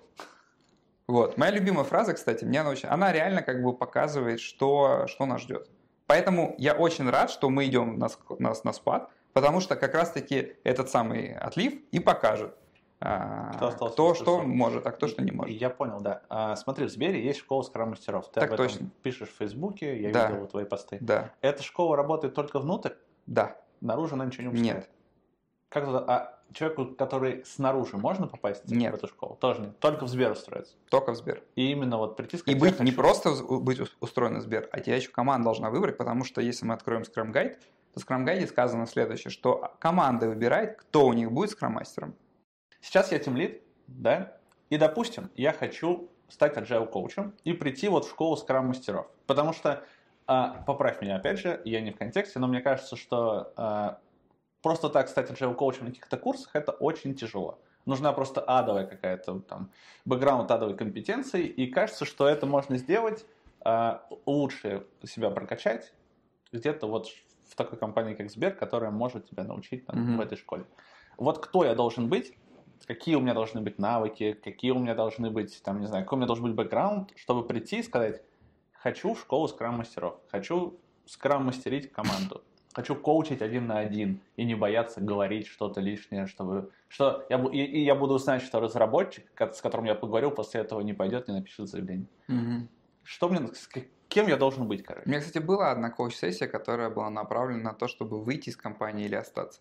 Вот. Моя любимая фраза, кстати, мне она, очень, она реально как бы показывает, что, что нас ждет. Поэтому я очень рад, что мы идем на, на, на спад, потому что как раз-таки этот самый отлив и покажет, кто, кто что может, а кто что не может. Я понял, да. А, смотри, в Сбере есть школа скрам-мастеров. Ты так об этом точно. Пишешь в Фейсбуке, я да. видел твои посты. Да. Эта школа работает только внутрь? Да. Наружу она ничего не выпускает? Нет. Как туда? А человеку, который снаружи, можно попасть нет. в эту школу? Тоже нет. Только в Сбер устроиться? Только в Сбер. И именно вот прийти сказать... И быть хочу... не просто быть устроен в Сбер, а тебя еще команда должна выбрать, потому что если мы откроем Scrum Guide, то в Scrum Guide сказано следующее, что команда выбирает, кто у них будет скрам-мастером. Сейчас я тимлид, да? И, допустим, я хочу стать agile коучем и прийти вот в школу скрам-мастеров. Потому что, а, поправь меня опять же, я не в контексте, но мне кажется, что... А, просто так стать agile коучем на каких-то курсах это очень тяжело. Нужна просто адовая какая-то там бэкграунд адовой компетенции, и кажется, что это можно сделать, э, лучше себя прокачать где-то вот в такой компании, как Сбер, которая может тебя научить там, mm-hmm. в этой школе. Вот кто я должен быть, какие у меня должны быть навыки, какие у меня должны быть, там, не знаю, какой у меня должен быть бэкграунд, чтобы прийти и сказать: хочу в школу скрам-мастеров, хочу скрам-мастерить команду. Хочу коучить один на один и не бояться говорить что-то лишнее, чтобы... Что я, и, и я буду знать, что разработчик, с которым я поговорил, после этого не пойдет, не напишет заявление. Mm-hmm. Что мне... Кем я должен быть, короче? У меня, кстати, была одна коуч-сессия, которая была направлена на то, чтобы выйти из компании или остаться.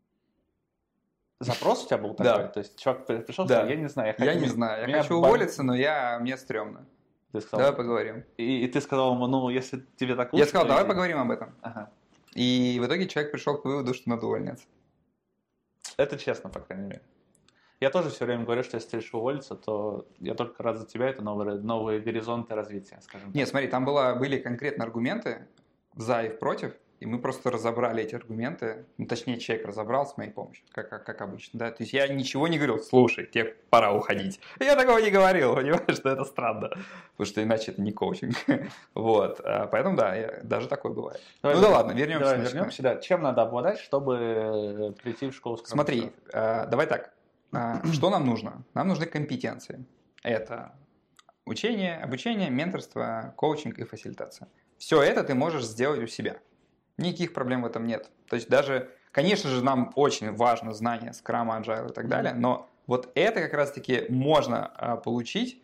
Запрос у тебя был такой? Да. То есть человек пришел, да. сказал: я не знаю. Я, я хочу... не знаю. Я хочу уволиться, но я... мне стрёмно. Ты сказал, давай поговорим. И, и ты сказал ему: ну, если тебе так лучше... Я сказал: давай поговорим об этом. Ага. И в итоге человек пришел к выводу, что надо увольняться. Это честно, по крайней мере. Я тоже все время говорю, что если ты решил уволиться, то я только рад за тебя, это новые, новые горизонты развития, скажем так. Нет, смотри, там было, были конкретные аргументы за и против, и мы просто разобрали эти аргументы, ну, точнее, человек разобрал с моей помощью, как, как, как обычно, да, то есть я ничего не говорил, слушай, тебе пора уходить. Я такого не говорил, понимаешь, что это странно, потому что иначе это не коучинг. Вот, поэтому да, я, даже такое бывает. Давай, ну да ладно, вернемся. Давай вернемся, да. Чем надо обладать, чтобы прийти в школу Scrum Master? Смотри, давай так, что нам нужно? Нам нужны компетенции. Это учение, обучение, менторство, коучинг и фасилитация. Все это ты можешь сделать у себя. Никаких проблем в этом нет. То есть даже, конечно же, нам очень важно знание Scrum, Agile и так далее, но вот это как раз-таки можно получить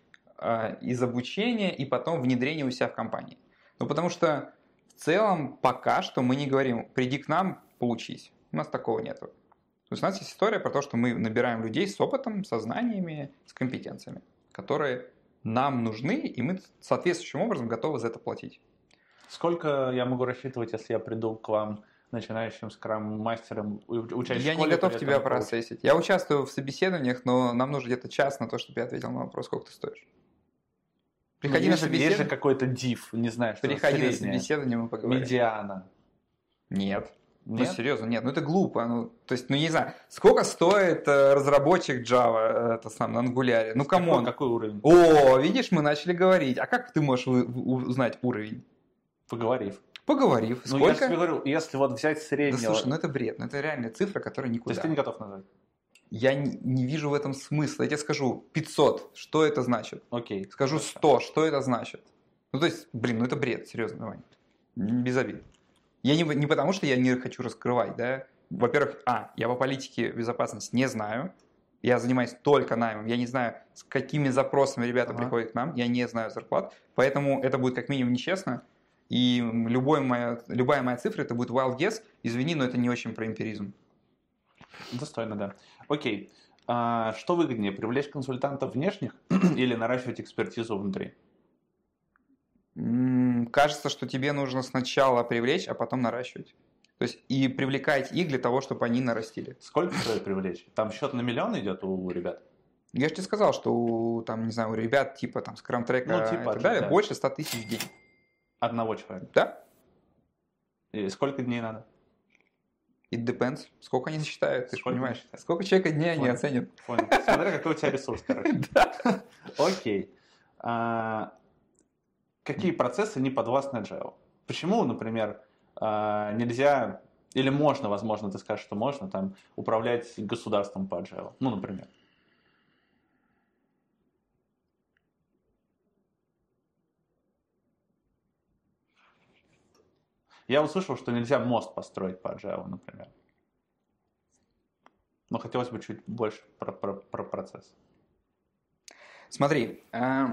из обучения и потом внедрения у себя в компании. Ну, потому что в целом пока что мы не говорим, приди к нам, поучись. У нас такого нету. То есть у нас есть история про то, что мы набираем людей с опытом, со знаниями, с компетенциями, которые нам нужны, и мы соответствующим образом готовы за это платить. Сколько я могу рассчитывать, если я приду к вам начинающим скрам-мастером, учась Я в школе? Не готов тебя процессить. Я участвую в собеседованиях, но нам нужно где-то час на то, чтобы я ответил на вопрос, сколько ты стоишь. Приходи ну, на собеседование. Есть же какой-то див, не знаю, что Приходи на собеседование, мы поговорим. Медиана. Нет. Нет? Ну, серьезно, нет, ну это глупо. Ну, то есть, ну не знаю, сколько стоит э, разработчик Java, это сам, на Angular? Ну, камон. Какой, какой уровень? О, видишь, мы начали говорить. А как ты можешь вы, узнать уровень? Поговорив. Поговорив. Ну, Сколько? я тебе говорю, если вот взять среднего... Да слушай, ну это бред, ну это реальная цифра, которая никуда. То есть ты не готов назвать? Я не, не вижу в этом смысла. Я тебе скажу, пятьсот, что это значит? Окей. Скажу сто, что это значит? Ну то есть, блин, ну это бред, серьезно, давай. Без обид. Я не, не потому, что я не хочу раскрывать, да. Во-первых, а, я по политике безопасности не знаю. Я занимаюсь только наймом. Я не знаю, с какими запросами ребята ага. приходят к нам. Я не знаю зарплат. Поэтому это будет как минимум нечестно. И любой моя, любая моя цифра, это будет wild guess. Извини, но это не очень про эмпиризм. Достойно, да. Окей. А, что выгоднее, привлечь консультантов внешних или наращивать экспертизу внутри? Кажется, что тебе нужно сначала привлечь, а потом наращивать. То есть и привлекать их для того, чтобы они нарастили. Сколько стоит привлечь? Там счет на миллион идет у ребят? Я же тебе сказал, что у, там, не знаю, у ребят типа там Scrum-трека ну, типа, и так далее да. больше ста тысяч в день. Одного человека? Да. И сколько дней надо? It depends. Сколько они засчитают, ты же понимаешь. Считают? Сколько человека дней они оценят. Понял. Смотря какой у тебя ресурс, короче. Да. Окей. Какие процессы не подвластны Agile? Почему, например, нельзя, или можно, возможно, ты скажешь, что можно, там, управлять государством по Agile? Ну, например. Я услышал, что нельзя мост построить по Agile, например. Но хотелось бы чуть больше про, про, про процесс. Смотри, э,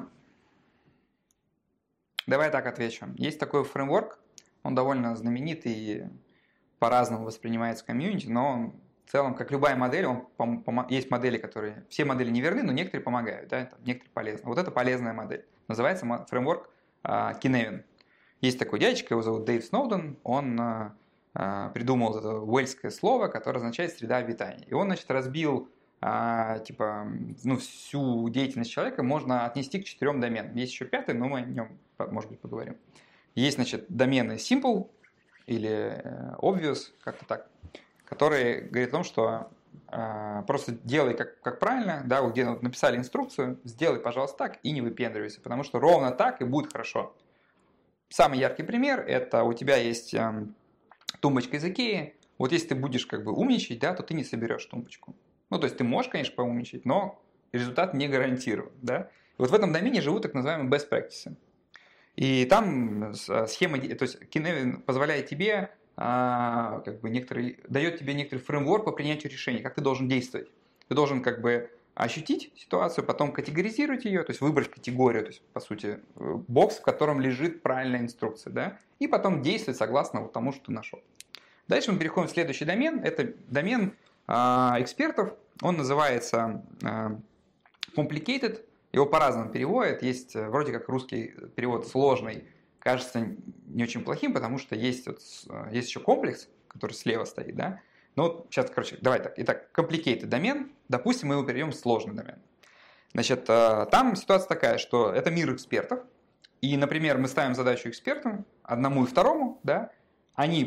давай так отвечу. Есть такой фреймворк, он довольно знаменитый и по-разному воспринимается в комьюнити, но он в целом, как любая модель, он пом- пом- есть модели, которые... Все модели не верны, но некоторые помогают, да, там, некоторые полезны. Вот это полезная модель. Называется фреймворк э, Kinevin. Есть такой дядечка, его зовут Дэйв Сноуден, он э, э, придумал это уэльское слово, которое означает «среда обитания». И он, значит, разбил э, типа, ну, всю деятельность человека можно отнести к четырем доменам. Есть еще пятый, но мы о нем, может быть, поговорим. Есть, значит, домены simple или obvious, как-то так, которые говорят о том, что э, просто делай как, как правильно, да, вот где вот написали инструкцию, сделай, пожалуйста, так и не выпендривайся, потому что ровно так и будет хорошо. Самый яркий пример – это у тебя есть э, тумбочка из Икеи. Вот если ты будешь как бы умничать, да, то ты не соберешь тумбочку. Ну, то есть ты можешь, конечно, поумничать, но результат не гарантирован. Да? И вот в этом домене живут так называемые best practices. И там схема, то есть Kinevin позволяет тебе, а, как бы некоторый, дает тебе некоторый фреймворк по принятию решений, как ты должен действовать. Ты должен как бы ощутить ситуацию, потом категоризировать ее, то есть выбрать категорию, то есть, по сути, бокс, в котором лежит правильная инструкция, да, и потом действовать согласно вот тому, что ты нашел. Дальше мы переходим в следующий домен. Это домен э, экспертов. Он называется э, complicated. Его по-разному переводят. Есть вроде как русский перевод сложный, кажется не очень плохим, потому что есть, вот, есть еще комплекс, который слева стоит, да. Ну вот сейчас, короче, давай так. Итак, complicated домен. Допустим, мы его перейдем в сложный домен. Значит, там ситуация такая, что это мир экспертов. И, например, мы ставим задачу экспертам, одному и второму, да, они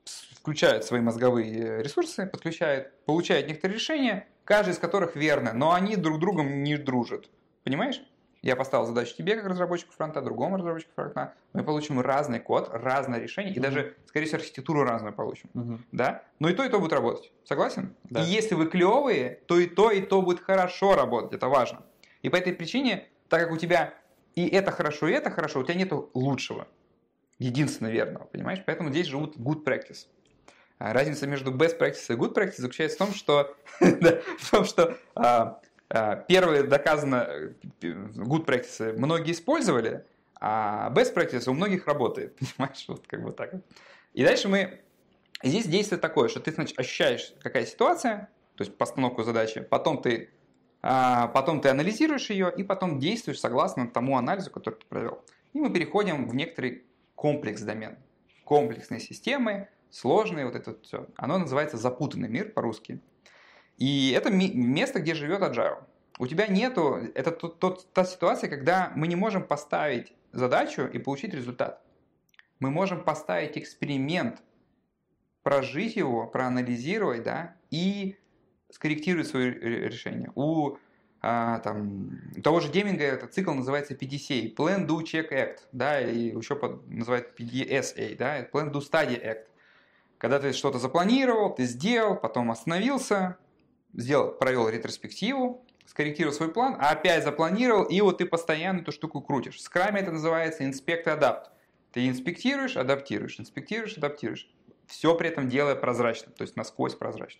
включают свои мозговые ресурсы, подключают, получают некоторые решения, каждый из которых верно, но они друг с другом не дружат. Понимаешь? Я поставил задачу тебе, как разработчику фронта, другому разработчику фронта. Мы получим разный код, разное решение, mm-hmm. и даже, скорее всего, архитектуру разную получим. Mm-hmm. Да? Но и то, и то будет работать. Согласен? Да. И если вы клевые, то и то, и то будет хорошо работать. Это важно. И по этой причине, так как у тебя и это хорошо, и это хорошо, у тебя нет лучшего. Единственно верного, понимаешь? Поэтому здесь живут good practice. Разница между best practice и good practice заключается в том, что, в том, что а, а, первые доказано good practice многие использовали, а best practice у многих работает, понимаешь? Вот как бы так. И дальше мы... Здесь действие такое, что ты, значит, ощущаешь, какая ситуация, то есть постановку задачи, потом ты, а, потом ты анализируешь ее, и потом действуешь согласно тому анализу, который ты провел. И мы переходим в некоторый комплекс домен. Комплексные системы, сложные, вот это вот все. Оно называется запутанный мир по-русски. И это место, где живет Agile. У тебя нету... Это тот, тот, та ситуация, когда мы не можем поставить задачу и получить результат. Мы можем поставить эксперимент, прожить его, проанализировать, да, и скорректировать свое решение. У, а, там, у того же Деминга этот цикл называется пи ди си эй, Plan, Do, Check, Act, да, и еще под, называют пи ди эс эй, да, Plan, Do, Study, Act. Когда ты что-то запланировал, ты сделал, потом остановился, сделал, провел ретроспективу, скорректировал свой план, а опять запланировал, и вот ты постоянно эту штуку крутишь. В скраме это называется Inspect и Adapt. Ты инспектируешь, адаптируешь, инспектируешь, адаптируешь. Все при этом делая прозрачно, то есть насквозь прозрачно.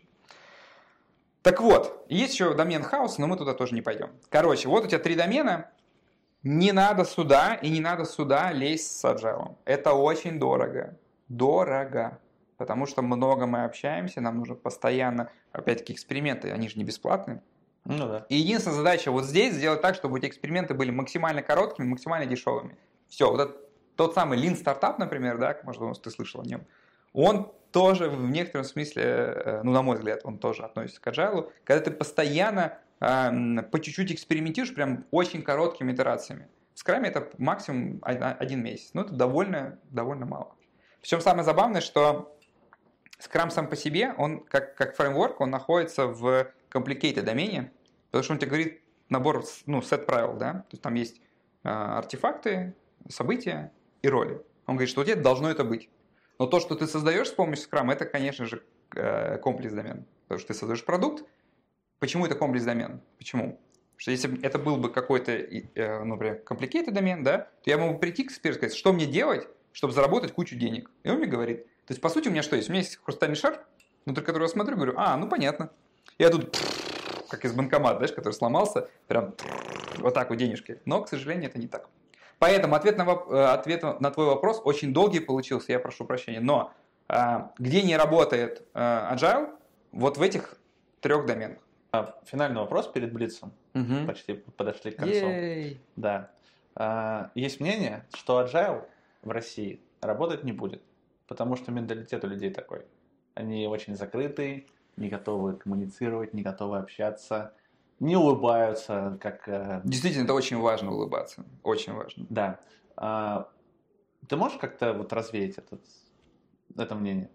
Так вот, есть еще домен хаоса, но мы туда тоже не пойдем. Короче, вот у тебя три домена. Не надо сюда и не надо сюда лезть с agile. Это очень дорого. Дорого. Потому что много мы общаемся, нам нужно постоянно, опять-таки, эксперименты, они же не бесплатные. Ну да. И единственная задача вот здесь сделать так, чтобы эти эксперименты были максимально короткими, максимально дешевыми. Все, вот этот, тот самый Lean Startup, например, да, может, ты слышал о нем, он тоже в некотором смысле, ну, на мой взгляд, он тоже относится к agile, когда ты постоянно э, по чуть-чуть экспериментируешь прям очень короткими итерациями. В скраме это максимум один месяц, но это довольно, довольно мало. Причем самое забавное, что Scrum сам по себе, он как, как фреймворк, он находится в complicated домене, потому что он тебе говорит набор, ну, сет правил, да, то есть там есть э, артефакты, события и роли. Он говорит, что у тебя должно это быть. Но то, что ты создаешь с помощью Scrum, это, конечно же, э, комплекс домен. Потому что ты создаешь продукт. Почему это комплекс домен? Почему? Потому что если это был бы какой-то, э, например, complicated домен, да, то я могу прийти к эксперту и сказать, что мне делать, чтобы заработать кучу денег. И он мне говорит. То есть, по сути, у меня что есть? У меня есть хрустальный шар, внутри которого я смотрю, говорю, а, ну понятно. Я тут, как из банкомата, знаешь, который сломался, прям вот так вот денежки. Но, к сожалению, это не так. Поэтому ответ на, ответ на твой вопрос очень долгий получился, я прошу прощения. Но где не работает Agile, вот в этих трех доменах. Финальный вопрос перед Блицем. Угу. Почти подошли к концу. Ей. Да. Есть мнение, что Agile в России работать не будет. Потому что менталитет у людей такой. Они очень закрытые, не готовы коммуницировать, не готовы общаться, не улыбаются, как... Действительно, это очень важно улыбаться. Очень важно. Да. А, ты можешь как-то вот развеять этот, это мнение?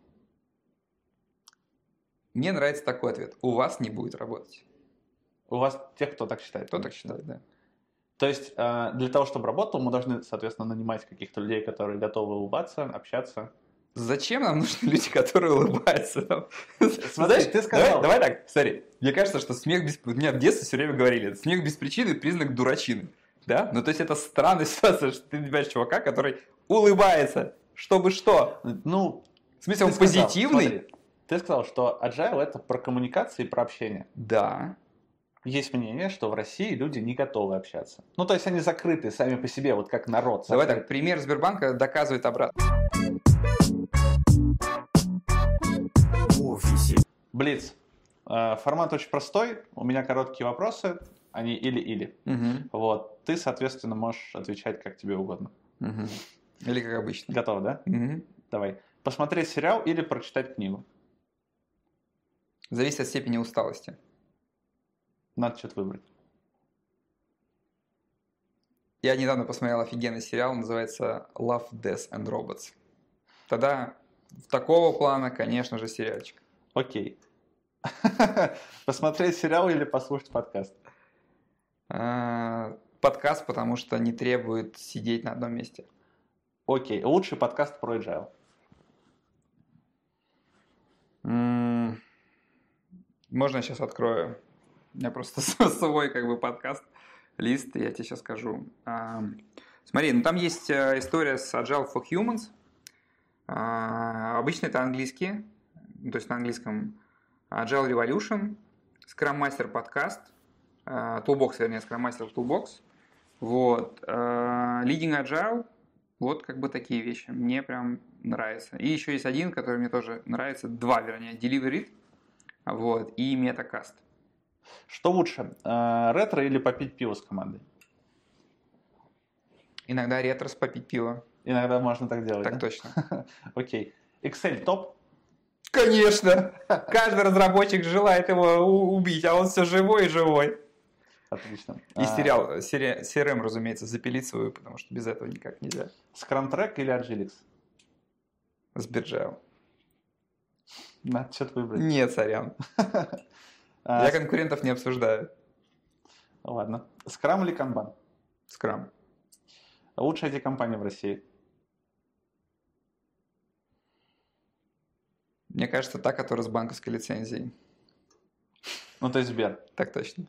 Мне нравится такой ответ. У вас не будет работать. У вас тех, кто так считает? Кто так считает, да. То есть для того, чтобы работал, мы должны, соответственно, нанимать каких-то людей, которые готовы улыбаться, общаться. Зачем нам нужны люди, которые улыбаются? Смотри, знаешь, ты сказал... Давай, давай так, смотри. Мне кажется, что смех без... Меня в детстве все время говорили, смех без причины – признак дурачины. Да? Ну, то есть, это странная ситуация, что ты понимаешь чувака, который улыбается, чтобы что? Ну, в смысле, он сказал, позитивный? Смотри, ты сказал, что agile – это про коммуникации и про общение. Да. Есть мнение, что в России люди не готовы общаться. Ну, то есть, они закрыты сами по себе, вот как народ. Давай закрыт. так, пример Сбербанка доказывает обратно. Блиц. Формат очень простой. У меня короткие вопросы. Они или-или. Угу. Вот. Ты, соответственно, можешь отвечать как тебе угодно. Угу. Или как обычно. Готов, да? Угу. Давай. Посмотреть сериал или прочитать книгу? Зависит от степени усталости. Надо что-то выбрать. Я недавно посмотрел офигенный сериал, называется Love, Death and Robots. Тогда такого плана, конечно же, сериальчик. Окей. Посмотреть сериал или послушать подкаст? Подкаст, потому что не требует сидеть на одном месте. Окей. Лучший подкаст про agile? Можно я сейчас открою? У меня просто свой как бы подкаст, лист, и я тебе сейчас скажу. Смотри, ну там есть история с Agile for Humans. Обычно это английский, то есть на английском Agile Revolution, Scrum Master подкаст, Toolbox, вернее, Scrum Master Toolbox. Вот. Leading Agile, вот как бы такие вещи. Мне прям нравится. И еще есть один, который мне тоже нравится, два, вернее, Deliver It, вот, и Metacast. Что лучше, ретро или попить пиво с командой? Иногда ретро с попить пиво. Иногда можно так делать. Так да? точно. Окей. Excel топ? Конечно! Каждый разработчик желает его убить, а он все живой и живой. Отлично. И сериал, си эр эм, разумеется, запилить свою, потому что без этого никак нельзя. Scrum Track или Agilix? Сбирджайл. Надо что-то выбрать. Нет, сорян. Я конкурентов не обсуждаю. Ладно. Scrum или Kanban? Scrum. Лучшая ай ти-компания в России? Мне кажется, та, которая с банковской лицензией. Ну, то есть Сбер. Так точно.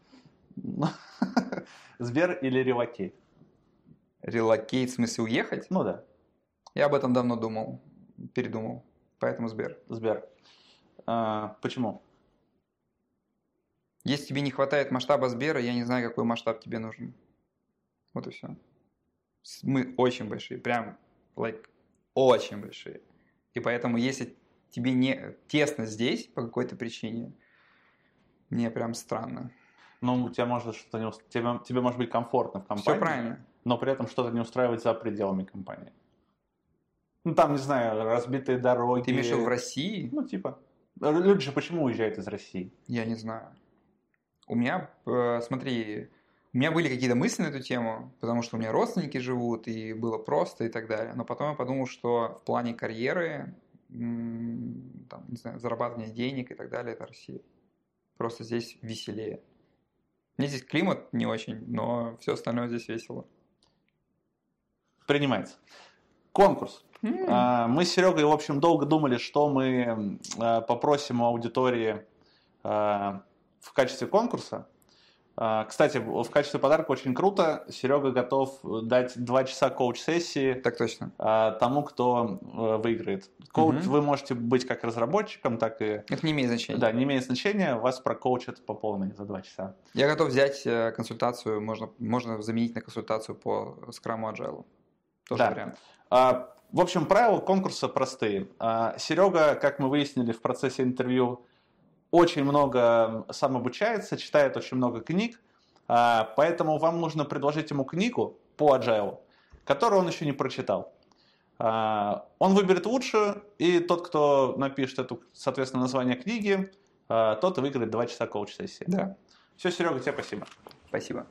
Сбер или Relocate? Relocate, в смысле уехать? Ну да. Я об этом давно думал, передумал. Поэтому Сбер. Сбер. А, почему? Если тебе не хватает масштаба Сбера, я не знаю, какой масштаб тебе нужен. Вот и все. Мы очень большие, прям, like, очень большие. И поэтому, если тебе не тесно здесь по какой-то причине, мне прям странно. Ну, у тебя может что-то не уст... тебе, тебе может быть комфортно в компании. Все правильно. Но при этом что-то не устраивает за пределами компании. Ну, там, не знаю, разбитые дороги. Ты имеешь в виду в России? Ну, типа. Люди же почему уезжают из России? Я не знаю. У меня, э, смотри, у меня были какие-то мысли на эту тему, потому что у меня родственники живут, и было просто и так далее. Но потом я подумал, что в плане карьеры, м- там, не знаю, зарабатывания денег и так далее, это Россия. Просто здесь веселее. Мне здесь климат не очень, но все остальное здесь весело. Принимается. Конкурс. Mm. Мы с Серегой, в общем, долго думали, что мы попросим у аудитории в качестве конкурса. Кстати, в качестве подарка очень круто. Серега готов дать два часа коуч-сессии. Так точно. Тому, кто выиграет. Коуч, mm-hmm. Вы можете быть как разработчиком, так и... Это не имеет значения. Да, не имеет значения. Вас прокоучат по полной за два часа. Я готов взять консультацию. Можно, можно заменить на консультацию по Scrum Agile. Тоже да. вариант. В общем, правила конкурса простые. Серега, как мы выяснили в процессе интервью, очень много сам обучается, читает очень много книг, поэтому вам нужно предложить ему книгу по Agile, которую он еще не прочитал. Он выберет лучшую, и тот, кто напишет это, соответственно, название книги, тот и выиграет два часа коуч-сессии. Да. Все, Серега, тебе спасибо. Спасибо.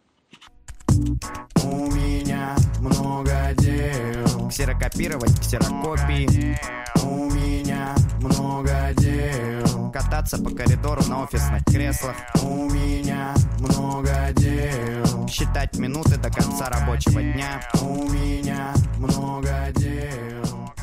У меня много дел. Ксерокопировать, ксерокопии. У меня много дел. Кататься по коридору на офисных креслах. У меня много дел. Считать минуты до конца рабочего дня. У меня много дел.